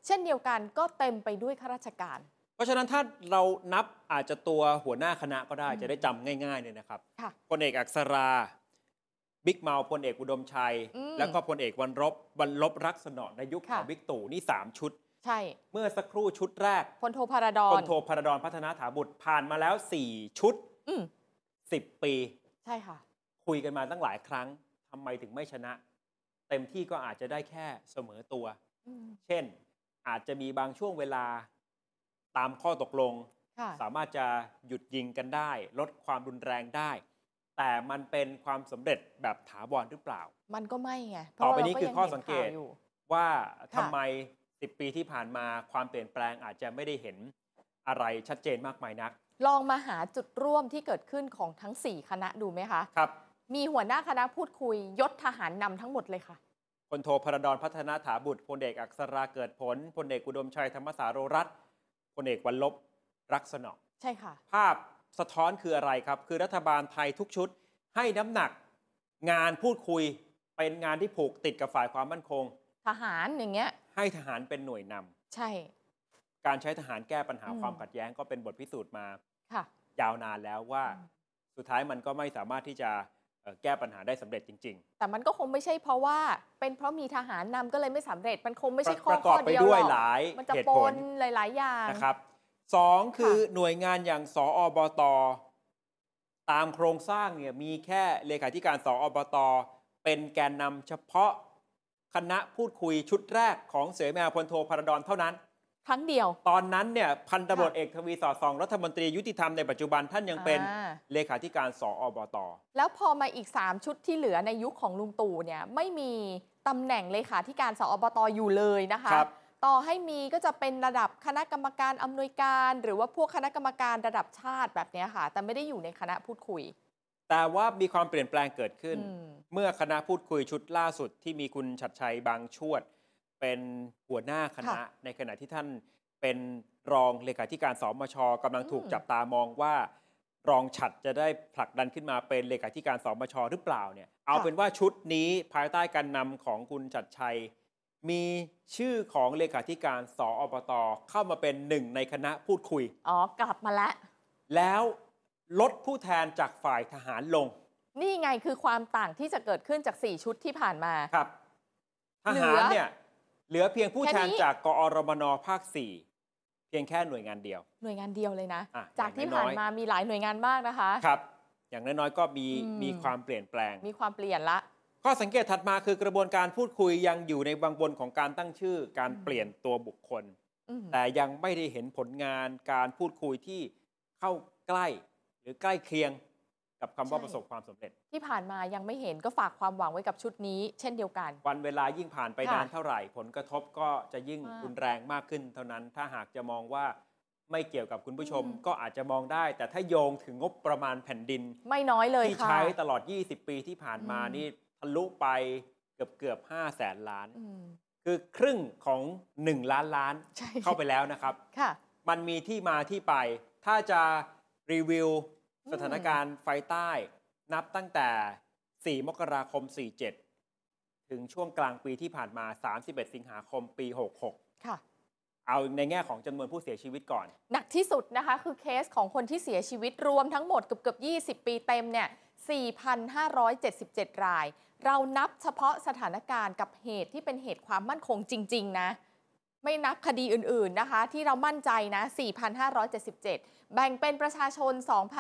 เช่นเดียวกันก็เต็มไปด้วยข้าราชการเพราะฉะนั้นถ้าเรานับอาจจะตัวหัวหน้าคณะก็ได้จะได้จำง่ายๆเลยนะครับพลเอกอักษราบิ๊กเมาพลเอกอุดมชัยแล้วก็พลเอกวรรลบรักษณะในยุคของบิ๊กตู่นี่3ชุดใช่เมื่อสักครู่ชุดแรกพลโทพารดรพัฒนาถาบุตรผ่านมาแล้ว4ชุด10 ปีใช่ค่ะคุยกันมาตั้งหลายครั้งทำไมถึงไม่ชนะเต็มที่ก็อาจจะได้แค่เสมอตัวเช่นอาจจะมีบางช่วงเวลาตามข้อตกลงสามารถจะหยุดยิงกันได้ลดความรุนแรงได้แต่มันเป็นความสำเร็จแบบถาวรหรือเปล่ามันก็ไม่ไงต่อไปนี้คือข้อสังเกตว่าทำไม10 ปีที่ผ่านมาความเปลี่ยนแปลงอาจจะไม่ได้เห็นอะไรชัดเจนมากมายนักลองมาหาจุดร่วมที่เกิดขึ้นของทั้ง4คณะดูไหมคะครับมีหัวหน้าคณะพูดคุยยศทหารนำทั้งหมดเลยค่ะพลโทพารดรพัฒนาถาบุตรพลเอกอักษราเกิดผลพลเอกอุดมชัยธรรมสาโรรัตน์พลเอกวรรลบรักษณะใช่ค่ะภาพสะท้อนคืออะไรครับคือรัฐบาลไทยทุกชุดให้น้ำหนักงานพูดคุยเป็นงานที่ผูกติดกับฝ่ายความมั่นคงทหารอย่างเงี้ยให้ทหารเป็นหน่วยนำใช่การใช้ทหารแก้ปัญหาความขัดแย้งก็เป็นบทพิสูจน์มาค่ะยาวนานแล้วว่าสุดท้ายมันก็ไม่สามารถที่จะแก้ปัญหาได้สำเร็จจริงๆแต่มันก็คงไม่ใช่เพราะว่าเป็นเพราะมีทหารนำก็เลยไม่สำเร็จมันคงไม่ใช่ข้อเดียวหรอกมันจะปนหลายๆอย่างนะครับ2คือหน่วยงานอย่างสอบต.ตามโครงสร้างเนี่ยมีแค่เลขาธิการสอบต.เป็นแกนนำเฉพาะคณะพูดคุยชุดแรกของเสมาพลโทพารดรเท่านั้นครั้งเดียวตอนนั้นเนี่ยพันตำรวจเอกทวีสอดส่องรัฐมนตรียุติธรรมในปัจจุบันท่านยังเป็นเลขาธิการสอบต. แล้วพอมาอีก3ชุดที่เหลือในยุคของลุงตู่เนี่ยไม่มีตำแหน่งเลขาธิการสอบต.อยู่เลยนะคะต่อให้มีก็จะเป็นระดับคณะกรรมการอำนวยการหรือว่าพวกคณะกรรมการระดับชาติแบบนี้ค่ะแต่ไม่ได้อยู่ในคณะพูดคุยแต่ว่ามีความเปลี่ยนแปลงเกิดขึ้นเมื่อคณะพูดคุยชุดล่าสุดที่มีคุณชัดชัยบางชวดเป็นหัวหน้าคณะในขณะที่ท่านเป็นรองเลขาธิการสมช.กำลังถูกจับตามองว่ารองฉัดจะได้ผลักดันขึ้นมาเป็นเลขาธิการสมช.หรือเปล่าเนี่ยเอาเป็นว่าชุดนี้ภายใต้การนำของคุณชัดชัยมีชื่อของเลขาธิการสอบต.เข้ามาเป็นหนึ่งในคณะพูดคุยกลับมาแล้วลดผู้แทนจากฝ่ายทหารลงนี่ไงคือความต่างที่จะเกิดขึ้นจาก4ชุดที่ผ่านมาครับทหารเนี่ยเหลือเพียงผู้แทนจากกอรมนภาค4เพียงแค่หน่วยงานเดียวเลยนะจากที่ผ่านมามีหลายหน่วยงานมากนะคะครับอย่างน้อยๆก็มีความเปลี่ยนแปลงมีความเปลี่ยนละข้อสังเกตถัดมาคือกระบวนการพูดคุยยังอยู่ในวังวนของการตั้งชื่อการเปลี่ยนตัวบุคคลแต่ยังไม่ได้เห็นผลงานการพูดคุยที่เข้าใกล้หรือใกล้เคียงกับคำว่าประสบความสำเร็จที่ผ่านมายังไม่เห็นก็ฝากความหวังไว้กับชุดนี้เช่นเดียวกันวันเวลายิ่งผ่านไปนานเท่าไหร่ผลกระทบก็จะยิ่งรุนแรงมากขึ้นเท่านั้นถ้าหากจะมองว่าไม่เกี่ยวกับคุณผู้ชมก็อาจจะมองได้แต่ถ้าโยงถึงงบประมาณแผ่นดินไม่น้อยเลยที่ใช้ตลอด20 ปีที่ผ่านมานี่ทะลุไปเกือบ500,000 ล้านคือครึ่งของ1 ล้านล้านเข้าไปแล้วนะครับมันมีที่มาที่ไปถ้าจะรีวิวสถานการณ์ไฟใต้นับตั้งแต่4 มกราคม 47ถึงช่วงกลางปีที่ผ่านมา31 สิงหาคมปี66 ค่ะเอาในแง่ของจำนวนผู้เสียชีวิตก่อนหนักที่สุดนะคะคือเคสของคนที่เสียชีวิตรวมทั้งหมดเกือบ20 ปีเต็มเนี่ย 4,577 รายเรานับเฉพาะสถานการณ์กับเหตุที่เป็นเหตุความมั่นคงจริงๆนะไม่นับคดีอื่นๆนะคะที่เรามั่นใจนะ 4,577 แบ่งเป็นประชาชน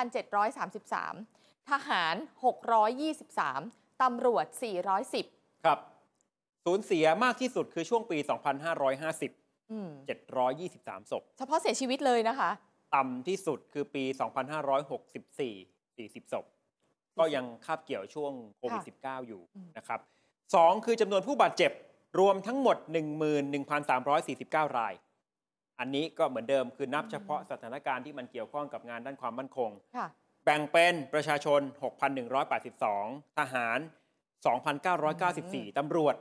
2,733 ทหาร 623 ตำรวจ 410 ครับสูญเสียมากที่สุดคือช่วงปี 2550 723 ศพเฉพาะเสียชีวิตเลยนะคะต่ำที่สุดคือปี 2564 40 ศพก็ยังคาบเกี่ยวช่วงโควิด -19 อยู่นะครับ2คือจำนวนผู้บาดเจ็บรวมทั้งหมด 11,349 รายอันนี้ก็เหมือนเดิมคือนับเฉพาะสถานการณ์ที่มันเกี่ยวข้องกับงานด้านความมั่นคงแบ่งเป็นประชาชน 6,182 ทหาร 2,994 ตำรวจ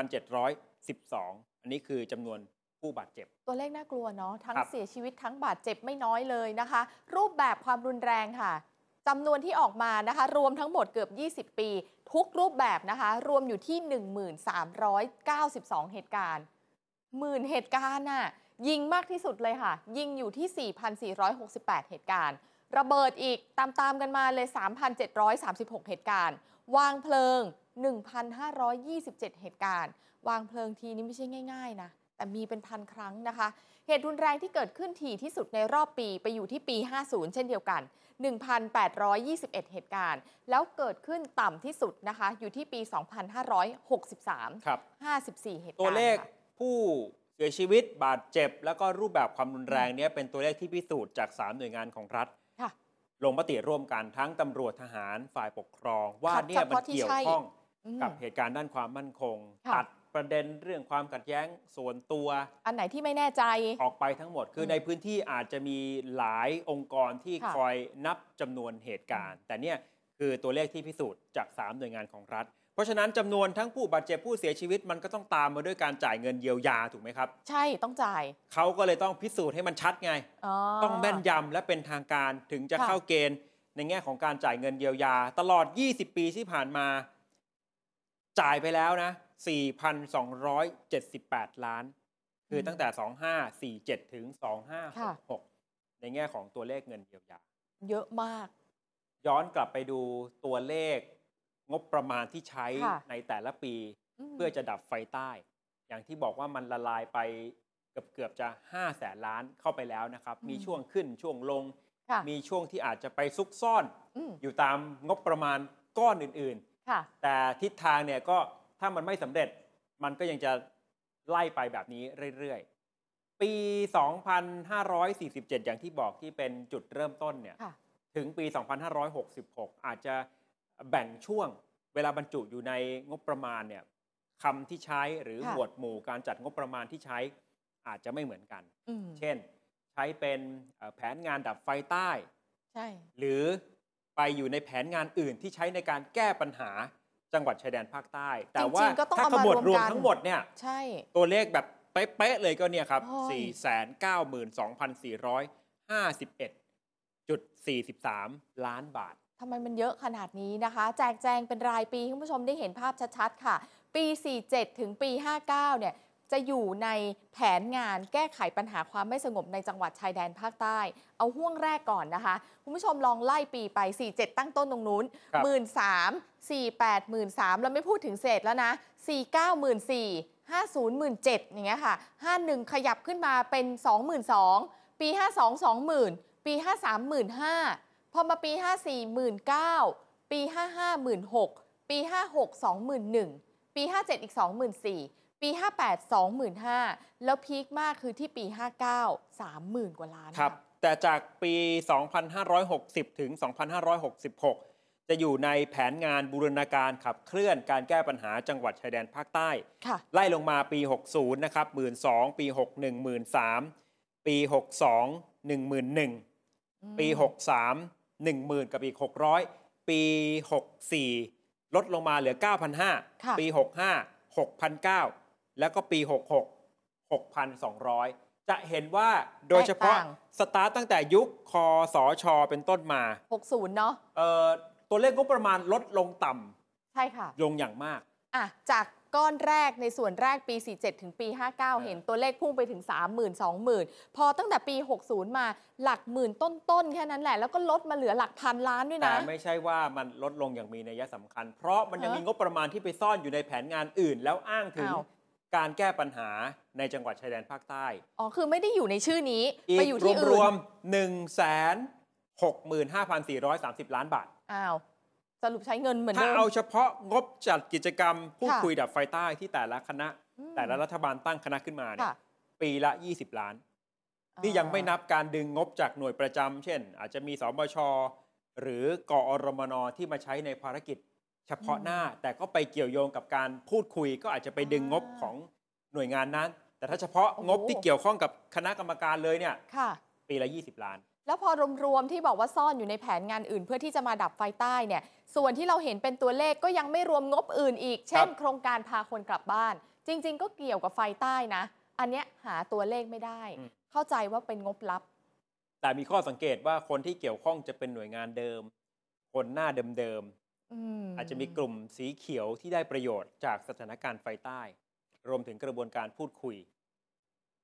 1,712 อันนี้คือจำนวนผู้บาดเจ็บตัวเลขน่ากลัวเนาะทั้งเสียชีวิตทั้งบาดเจ็บไม่น้อยเลยนะคะรูปแบบความรุนแรงค่ะจำนวนที่ออกมานะคะรวมทั้งหมดเกือบ20 ปีทุกรูปแบบนะคะรวมอยู่ที่ 1392 เหตุการณ์หมื่นเหตุการณ์น่ะยิงมากที่สุดเลยค่ะยิงอยู่ที่ 4,468 เหตุการณ์ระเบิดอีกตามกันมาเลย 3,736 เหตุการณ์วางเพลิง 1,527 เหตุการณ์วางเพลิงทีนี้ไม่ใช่ง่ายๆนะแต่มีเป็นพันครั้งนะคะเหตุรุนแรงที่เกิดขึ้นถี่ที่สุดในรอบปีไปอยู่ที่ปี 50 เช่นเดียวกัน 1,821 เหตุการณ์แล้วเกิดขึ้นต่ำที่สุดนะคะอยู่ที่ปี 2,563 ครับ 54 เหตุการณ์ตัวเลขค่ะผู้เสียชีวิตบาดเจ็บแล้วก็รูปแบบความรุนแรงเนี้ยเป็นตัวเลขที่พิสูจน์จาก3หน่วยงานของรัฐลงมติร่วมกันทั้งตำรวจทหารฝ่ายปกครองว่าเนี่ยมันเกี่ยวข้องกับเหตุการณ์ด้านความมั่นคงตัดประเด็นเรื่องความขัดแย้งส่วนตัวอันไหนที่ไม่แน่ใจออกไปทั้งหมดคือในพื้นที่อาจจะมีหลายองค์กรที่คอยนับจำนวนเหตุการณ์แต่เนี่ยคือตัวเลขที่พิสูจน์จาก3หน่วยงานของรัฐเพราะฉะนั้นจำนวนทั้งผู้บาดเจ็บผู้เสียชีวิตมันก็ต้องตามมาด้วยการจ่ายเงินเยียวยาถูกไหมครับใช่ต้องจ่ายเขาก็เลยต้องพิสูจน์ให้มันชัดไงต้องแม่นยำและเป็นทางการถึงจะเข้าเกณฑ์ในแง่ของการจ่ายเงินเยียวยาตลอด20ปีที่ผ่านมาจ่ายไปแล้วนะ 4,278 ล้านคือตั้งแต่2547ถึง2566ในแง่ของตัวเลขเงินเยียวยาเยอะมากย้อนกลับไปดูตัวเลขงบประมาณที่ใช้ในแต่ละปีเพื่อจะดับไฟใต้อย่างที่บอกว่ามันละลายไปเกือบจะ500,000 ล้านเข้าไปแล้วนะครับมีช่วงขึ้นช่วงลงมีช่วงที่อาจจะไปซุกซ่อนอยู่ตามงบประมาณก้อนอื่นๆแต่ทิศทางเนี่ยก็ถ้ามันไม่สำเร็จมันก็ยังจะไล่ไปแบบนี้เรื่อยๆปี 2547 อย่างที่บอกที่เป็นจุดเริ่มต้นเนี่ยถึงปี 2566 อาจจะแบ่งช่วงเวลาบรรจุอยู่ในงบประมาณเนี่ยคำที่ใช้หรือหมวดหมู่การจัดงบประมาณที่ใช้อาจจะไม่เหมือนกันเช่นใช้เป็นแผนงานดับไฟใต้หรือไปอยู่ในแผนงานอื่นที่ใช้ในการแก้ปัญหาจังหวัดชายแดนภาคใต้แต่ว่าถ้าขมวดรวมทั้งหมดเนี่ยตัวเลขแบบเป๊ะๆเลยก็เนี่ยครับ 492,251.43 ล้านบาททำไมมันเยอะขนาดนี้นะคะแจกแจงเป็นรายปีคุณผู้ชมได้เห็นภาพชัดๆค่ะปี 47 ถึงปี 59 เนี่ยจะอยู่ในแผนงานแก้ไขปัญหาความไม่สงบในจังหวัดชายแดนภาคใต้เอาห่วงแรกก่อนนะคะคุณผู้ชมลองไล่ปีไป 47 ตั้งต้นตรงนู้น 13,000 48 13,000แล้วไม่พูดถึงเศษแล้วนะ49 14,000 50 17,000อย่างเงี้ยค่ะ51ขยับขึ้นมาเป็น 22,000ปี 52 20,000ปี53 15,000พอมาปี 54 19,000ปี55 16,000ปี56 21,000ปี57อีก 24,000ปี58 25,000แล้วพีคมากคือที่ปี59 30,000 กว่าล้านครับแต่จากปี 2560 ถึง 2566 จะอยู่ในแผนงานบูรณาการขับเคลื่อนการแก้ปัญหาจังหวัดชายแดนภาคใต้ไล่ลงมาปี 60 นะครับ 12,000 ปี 61 13,000 ปี 62 11,000 ปี 63 10,000 กับอีก 600 ปี 64 ลดลงมาเหลือ 9,500 ปี 65 6,900 แล้วก็ปี 66 6,200 จะเห็นว่าโดยเฉพาะสตาร์ตตั้งแต่ยุคคสช.เป็นต้นมา 60เนาะตัวเลขงบประมาณลดลงต่ำใช่ค่ะลงอย่างมากจากก้อนแรกในส่วนแรกปี 47 ถึงปี 59 เห็นตัวเลขพุ่งไปถึง 30,000 20,000 พอตั้งแต่ปี 60 มาหลักหมื่นต้นๆแค่นั้นแหละแล้วก็ลดมาเหลือหลักพันล้านด้วยนะแต่ไม่ใช่ว่ามันลดลงอย่างมีนัยสำคัญเพราะมันยังมีงบประมาณที่ไปซ่อนอยู่ในแผนงานอื่นแล้วอ้างถึงการแก้ปัญหาในจังหวัดชายแดนภาคใต้คือไม่ได้อยู่ในชื่อนี้ไปอยู่ที่อื่นรวม 165,430 ล้านบาทสรุปใช้เงินเหมือนเดิมถ้าเอาเฉพาะงบจัดกิจกรรมพูดคุยดับไฟใต้ที่แต่ละคณะแต่ละรัฐบาลตั้งคณะขึ้นมาเนี่ยปีละ20 ล้านนี่ยังไม่นับการดึงงบจากหน่วยประจำเช่นอาจจะมีสบช.หรือกอรมน.ที่มาใช้ในภารกิจเฉพาะหน้าแต่ก็ไปเกี่ยวโยงกับการพูดคุยก็อาจจะไปดึงงบของหน่วยงานนั้นแต่ถ้าเฉพาะงบที่เกี่ยวข้องกับคณะกรรมการเลยเนี่ยปีละ20 ล้านแล้วพอรวมๆที่บอกว่าซ่อนอยู่ในแผนงานอื่นเพื่อที่จะมาดับไฟใต้เนี่ยส่วนที่เราเห็นเป็นตัวเลขก็ยังไม่รวมงบอื่นอีกเช่นโครงการพาคนกลับบ้านจริงๆก็เกี่ยวกับไฟใต้นะอันเนี้ยหาตัวเลขไม่ได้เข้าใจว่าเป็นงบลับแต่มีข้อสังเกตว่าคนที่เกี่ยวข้องจะเป็นหน่วยงานเดิมคนหน้าเดิมอาจจะมีกลุ่มสีเขียวที่ได้ประโยชน์จากสถานการณ์ไฟใต้รวมถึงกระบวนการพูดคุย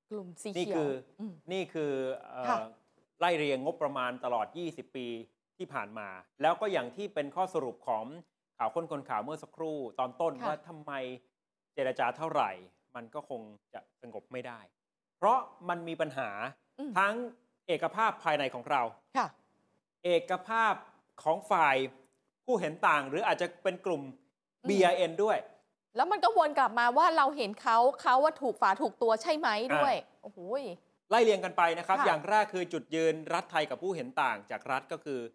กลุ่มสีนี่เขียคืวอนี่คือค่ะไล่เรียงงบประมาณตลอด 20 ปีที่ผ่านมา แล้วก็อย่างที่เป็นข้อสรุปของข่าวค้นคนข่าวเมื่อสักครู่ตอนต้นค่ะว่าทำไมเจรจาเท่าไหร่ มันก็คงจะสงบไม่ได้ เพราะมันมีปัญหาทั้งเอกภาพภายในของเราค่ะเอกภาพของฝ่ายผู้เห็นต่าง หรืออาจจะเป็นกลุ่ม BRN ด้วยแล้วมันก็วนกลับมาว่าเราเห็นเขาว่าถูกฝาถูกตัวใช่ไหมด้วยโอ้โหไล่เรียงกันไปนะครับค่ะอย่างแรกคือจุดยืนรัฐไทยกับผู้เห็นต่างจากรัฐก็คือ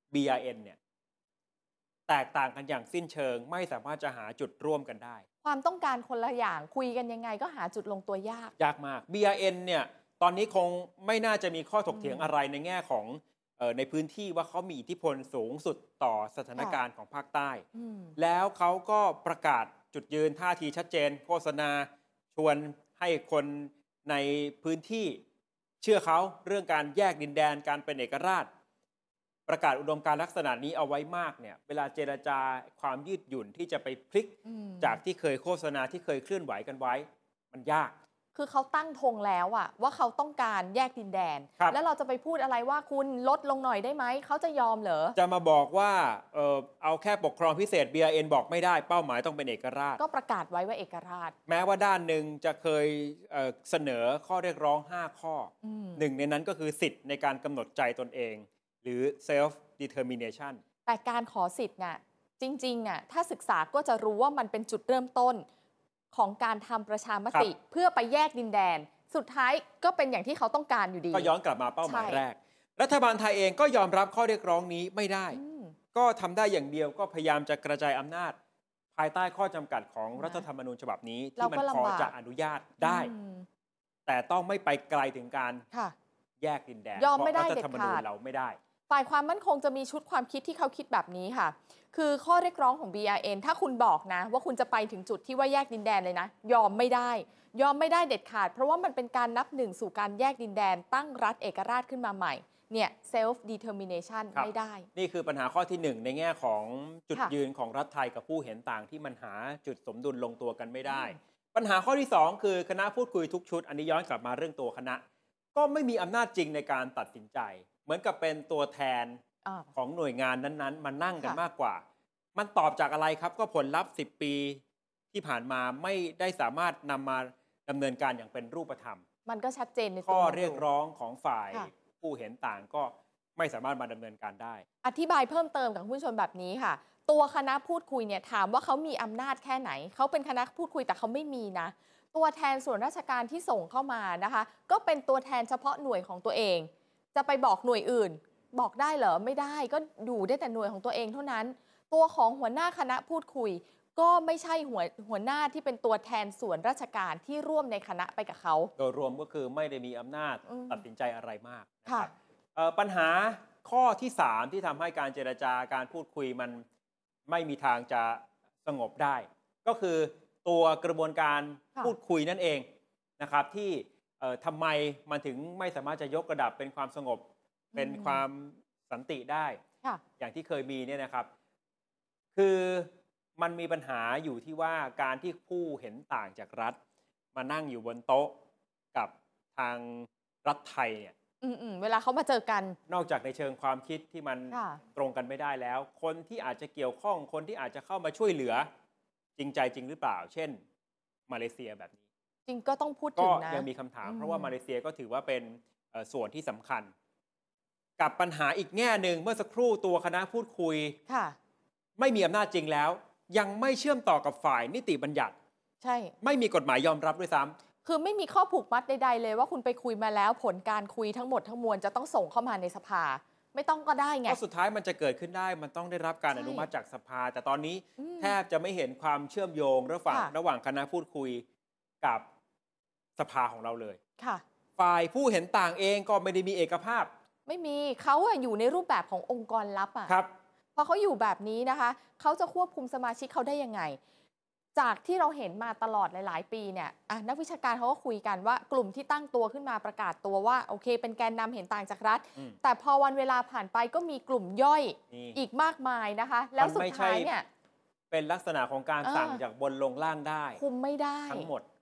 BRN เนี่ยแตกต่างกันอย่างสิ้นเชิง ไม่สามารถจะหาจุดร่วมกันได้ความต้องการคนละอย่างคุยกันยังไงก็หาจุดลงตัวยากยากมาก BRN เนี่ยตอนนี้คงไม่น่าจะมีข้อถกเถียงอะไรในแง่ของในพื้นที่ว่าเขามีอิทธิพลสูงสุดต่อสถานการณ์ของภาคใต้ แล้วเขาก็ประกาศจุดยืนท่าทีชัดเจน โฆษณาชวนให้คนในพื้นที่เชื่อเขาเรื่องการแยกดินแดนการเป็นเอกราช ประกาศอุดมการณ์ลักษณะนี้เอาไว้มากเนี่ยเวลาเจรจาความยืดหยุ่นที่จะไปพลิกจากที่เคยโฆษณาที่เคยเคลื่อนไหวกันไว้มันยากคือเขาตั้งธงแล้วอะว่าเขาต้องการแยกดินแดน แล้วเราจะไปพูดอะไรว่าคุณลดลงหน่อยได้ไหมเขาจะยอมเหรอจะมาบอกว่าเอาแค่ปกครองพิเศษ BRN บอกไม่ได้เป้าหมายต้องเป็นเอกราชก็ประกาศไว้ว่าเอกราชแม้ว่าด้านหนึ่งจะเคยเสนอข้อเรียกร้อง 5 ข้อหนึ่งในนั้นก็คือสิทธิ์ในการกำหนดใจตนเองหรือ self determination แต่การขอสิทธิ์น่ะจริงๆน่ะถ้าศึกษาก็จะรู้ว่ามันเป็นจุดเริ่มต้นของการทำประชามติเพื่อไปแยกดินแดนสุดท้ายก็เป็นอย่างที่เขาต้องการอยู่ดีก็ย้อนกลับมาเป้าหมายแรกรัฐบาลไทยเองก็ยอมรับข้อเรียกร้องนี้ไม่ได้ก็ทำได้อย่างเดียวก็พยายามจะกระจายอำนาจภายใต้ข้อจำกัดของรัฐธรรมนูญฉบับนี้ที่มันพอจะอนุญาตได้แต่ต้องไม่ไปไกลถึงการแยกดินแดนยอมไม่ได้เด็ดขาดรัฐธรรมนูญเราไม่ได้ฝ่ายความมั่นคงจะมีชุดความคิดที่เขาคิดแบบนี้ค่ะคือข้อเรียกร้องของ BRN ถ้าคุณบอกนะว่าคุณจะไปถึงจุดที่ว่าแยกดินแดนเลยนะยอมไม่ได้เด็ดขาดเพราะว่ามันเป็นการนับหนึ่งสู่การแยกดินแดนตั้งรัฐเอกราชขึ้นมาใหม่เนี่ย self determination ไม่ได้นี่คือปัญหาข้อที่1ในแง่ของจุดยืนของรัฐไทยกับผู้เห็นต่างที่มันหาจุดสมดุลลงตัวกันไม่ได้ปัญหาข้อที่2คือคณะพูดคุยทุกชุดอันนี้ย้อนกลับมาเรื่องตัวคณะก็ไม่มีอำนาจจริงในการตัดสินใจเหมือนกับเป็นตัวแทนของหน่วยงานนั้นๆมานั่งกันมากกว่ามันตอบจากอะไรครับก็ผลลัพธ์10 ปีที่ผ่านมาไม่ได้สามารถนำมาดำเนินการอย่างเป็นรูปธรรมมันก็ชัดเจนในข้อเรียกร้องของฝ่ายผู้เห็นต่างก็ไม่สามารถมาดำเนินการได้อธิบายเพิ่มเติมกับผู้ชมแบบนี้ค่ะตัวคณะพูดคุยเนี่ยถามว่าเขามีอำนาจแค่ไหนเขาเป็นคณะพูดคุยแต่เขาไม่มีนะตัวแทนส่วนราชการที่ส่งเข้ามานะคะก็เป็นตัวแทนเฉพาะหน่วยของตัวเองจะไปบอกหน่วยอื่นบอกได้เหรอไม่ได้ก็อยู่ได้แต่หน่วยของตัวเองเท่านั้นตัวของหัวหน้าคณะพูดคุยก็ไม่ใช่หัวหน้าที่เป็นตัวแทนส่วนราชการที่ร่วมในคณะไปกับเขาโดยรวมก็คือไม่ได้มีอำนาจตัดสินใจอะไรมากนะครับปัญหาข้อที่3ที่ทำให้การเจรจาการพูดคุยมันไม่มีทางจะสงบได้ก็คือตัวกระบวนการพูดคุยนั่นเองนะครับที่ทำไมมันถึงไม่สามารถจะยกระดับเป็นความสงบเป็นความสันติได้อย่างที่เคยมีเนี่ยนะครับคือมันมีปัญหาอยู่ที่ว่าการที่ผู้เห็นต่างจากรัฐมานั่งอยู่บนโต๊ะกับทางรัฐไทยเนี่ยเวลาเขามาเจอกันนอกจากในเชิงความคิดที่มันตรงกันไม่ได้แล้วคนที่อาจจะเกี่ยวข้องคนที่อาจจะเข้ามาช่วยเหลือจริงใจจริงหรือเปล่าเช่นมาเลเซียแบบนี้จริงก็ต้องพูดถึงนะก็ยังมีคำถามเพราะว่ามาเลเซียก็ถือว่าเป็นส่วนที่สำคัญกับปัญหาอีกแง่หนึ่งเมื่อสักครู่ตัวคณะพูดคุยไม่มีอำนาจจริงแล้วยังไม่เชื่อมต่อกับฝ่ายนิติบัญญัติใช่ไม่มีกฎหมายยอมรับด้วยซ้ำคือไม่มีข้อผูกมัดใดๆเลยว่าคุณไปคุยมาแล้วผลการคุยทั้งหมดทั้งมวลจะต้องส่งเข้ามาในสภาไม่ต้องก็ได้ไงเพราะสุดท้ายมันจะเกิดขึ้นได้มันต้องได้รับการอนุมัติจากสภาแต่ตอนนี้แทบจะไม่เห็นความเชื่อมโยงระหว่างคณะพูดคุยกับสภาของเราเลยฝ่ายผู้เห็นต่างเองก็ไม่ได้มีเอกภาพไม่มีเขาอยู่ในรูปแบบขององค์กรลับครับพอเขาอยู่แบบนี้นะคะเขาจะควบคุมสมาชิกเขาได้ยังไงจากที่เราเห็นมาตลอดหลายๆปีเนี่ยนักวิชาการเขาก็คุยกันว่ากลุ่มที่ตั้งตัวขึ้นมาประกาศตัวว่าโอเคเป็นแกนนำเห็นต่างจากรัฐแต่พอวันเวลาผ่านไปก็มีกลุ่มย่อยอีกมากมายนะคะแล้วสุดท้ายเนี่ยเป็นลักษณะของการสั่งจากบนลงล่างได้คุมไม่ได้ทั้งหมด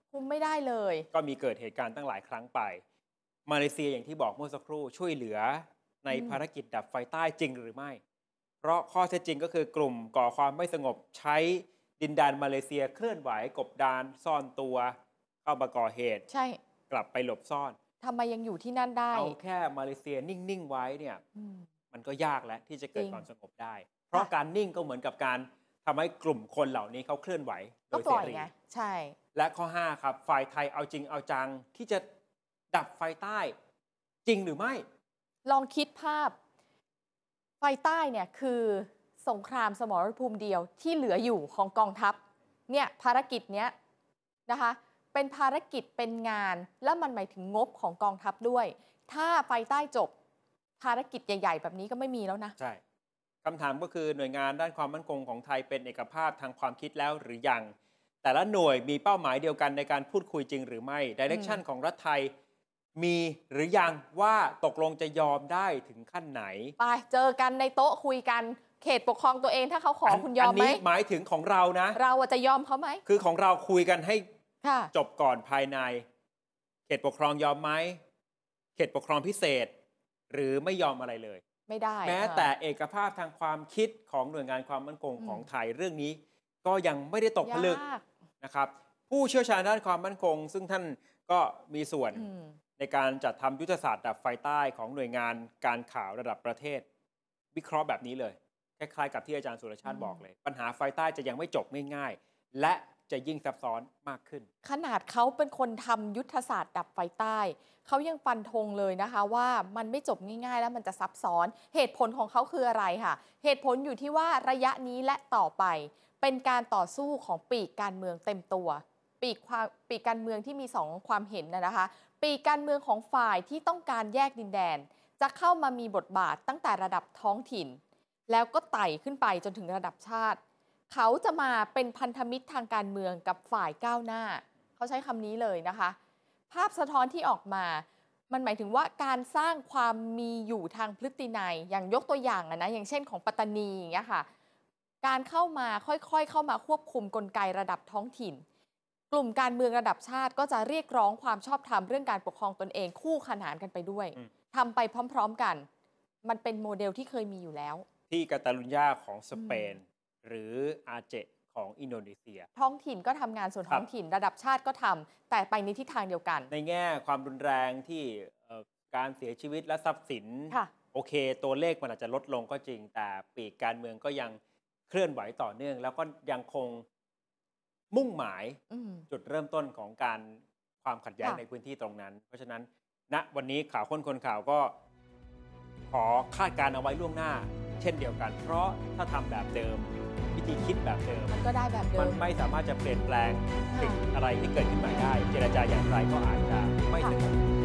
คุมไม่ได้เลยก็มีเกิดเหตุการณ์ตั้งหลายครั้งไปมาเลเซียอย่างที่บอกเมื่อสักครู่ช่วยเหลือในภารกิจดับไฟใต้จริงหรือไม่เพราะข้อเท็จจริงก็คือกลุ่มก่อความไม่สงบใช้ดินแดนมาเลเซียเคลื่อนไหวกบดานซ่อนตัวเข้ามาก่อเหตุใช่กลับไปหลบซ่อนทำไมยังอยู่ที่นั่นได้เอาแค่มาเลเซียนิ่งๆไว้เนี่ยมันก็ยากแล้วที่จะเกิดความสงบได้ เพราะการนิ่งก็เหมือนกับการทำให้กลุ่มคนเหล่านี้เขาเคลื่อนไหวโดยเสรีใช่และข้อ5ครับฝ่ายไทยเอาจริงเอาจังที่จะดับไฟใต้จริงหรือไม่ลองคิดภาพไฟใต้เนี่ยคือสงครามสมรภูมิเดียวที่เหลืออยู่ของกองทัพเนี่ยภารกิจเนี้ยนะคะเป็นภารกิจเป็นงานและมันหมายถึงงบของกองทัพด้วยถ้าไฟใต้จบภารกิจใหญ่ๆแบบนี้ก็ไม่มีแล้วนะใช่คำถามก็คือหน่วยงานด้านความมั่นคงของไทยเป็นเอกภาพทางความคิดแล้วหรือยังแต่ละหน่วยมีเป้าหมายเดียวกันในการพูดคุยจริงหรือไม่ดิเรกชันของรัฐไทยมีหรือยังว่าตกลงจะยอมได้ถึงขั้นไหนไปเจอกันในโต๊ะคุยกันเขตปกครองตัวเองถ้าเขาขอคุณยอมไหมอันนี้หมายถึงของเรานะเราจะยอมเขาไหมคือของเราคุยกันให้จบก่อนภายในเขตปกครองยอมไหมเขตปกครองพิเศษหรือไม่ยอมอะไรเลยไม่ได้แม้แต่เอกภาพทางความคิดของหน่วยงานความมั่นคงของไทยเรื่องนี้ก็ยังไม่ได้ตกผลึกนะครับผู้เชี่ยวชาญด้านความมั่นคงซึ่งท่านก็มีส่วนในการจัดทำยุทธศาสตร์ดับไฟใต้ของหน่วยงานการข่าวระดับประเทศวิเคราะห์แบบนี้เลยคล้ายๆกับที่อาจารย์สุรชาติบอกเลยปัญหาไฟใต้จะยังไม่จบง่ายๆและจะยิ่งซับซ้อนมากขึ้นขนาดเขาเป็นคนทำยุทธศาสตร์ดับไฟใต้เขายังฟันธงเลยนะคะว่ามันไม่จบง่ายๆแล้วมันจะซับซ้อนเหตุผลของเขาคืออะไรค่ะเหตุผลอยู่ที่ว่าระยะนี้และต่อไปเป็นการต่อสู้ของปีกการเมืองเต็มตัวปีกการเมืองที่มี2ความเห็นนะคะปีกการเมืองของฝ่ายที่ต้องการแยกดินแดนจะเข้ามามีบทบาทตั้งแต่ระดับท้องถิ่นแล้วก็ไต่ขึ้นไปจนถึงระดับชาติเขาจะมาเป็นพันธมิตรทางการเมืองกับฝ่ายก้าวหน้าเขาใช้คำนี้เลยนะคะภาพสะท้อนที่ออกมามันหมายถึงว่าการสร้างความมีอยู่ทางพฤตินัยอย่างยกตัวอย่างนะอย่างเช่นของปัตตานีอย่างเงี้ยค่ะการเข้ามาค่อยๆเข้ามาควบคุมกลไกระดับท้องถิ่นกลุ่มการเมืองระดับชาติก็จะเรียกร้องความชอบธรรมเรื่องการปกครองตนเองคู่ขนานกันไปด้วยทำไปพร้อมๆกันมันเป็นโมเดลที่เคยมีอยู่แล้วที่กาตาลุญญาของสเปนหรืออาเจของอินโดนีเซียท้องถิ่นก็ทำงานส่วนท้องถิ่นระดับชาติก็ทำแต่ไปในทิศทางเดียวกันในแง่ความรุนแรงที่การเสียชีวิตและทรัพย์สินโอเคตัวเลขมันอาจจะลดลงก็จริงแต่ปีกการเมืองก็ยังเคลื่อนไหวต่อเนื่องแล้วก็ยังคงมุ่งหมายจุดเริ่มต้นของการความขัดแย้งในพื้นที่ตรงนั้นเพราะฉะนั้นณวันนี้ข่าวค้นคนข่าวก็ขอคาดการณ์เอาไว้ล่วงหน้าเช่นเดียวกันเพราะถ้าทำแบบเดิมวิธีคิดแบบเดิมมันก็ได้แบบเดิมมันไม่สามารถจะเปลี่ยนแปลงสิ่งอะไรที่เกิดขึ้นมาได้เจรจาอย่างไรก็อาจจะไม่สำเร็จ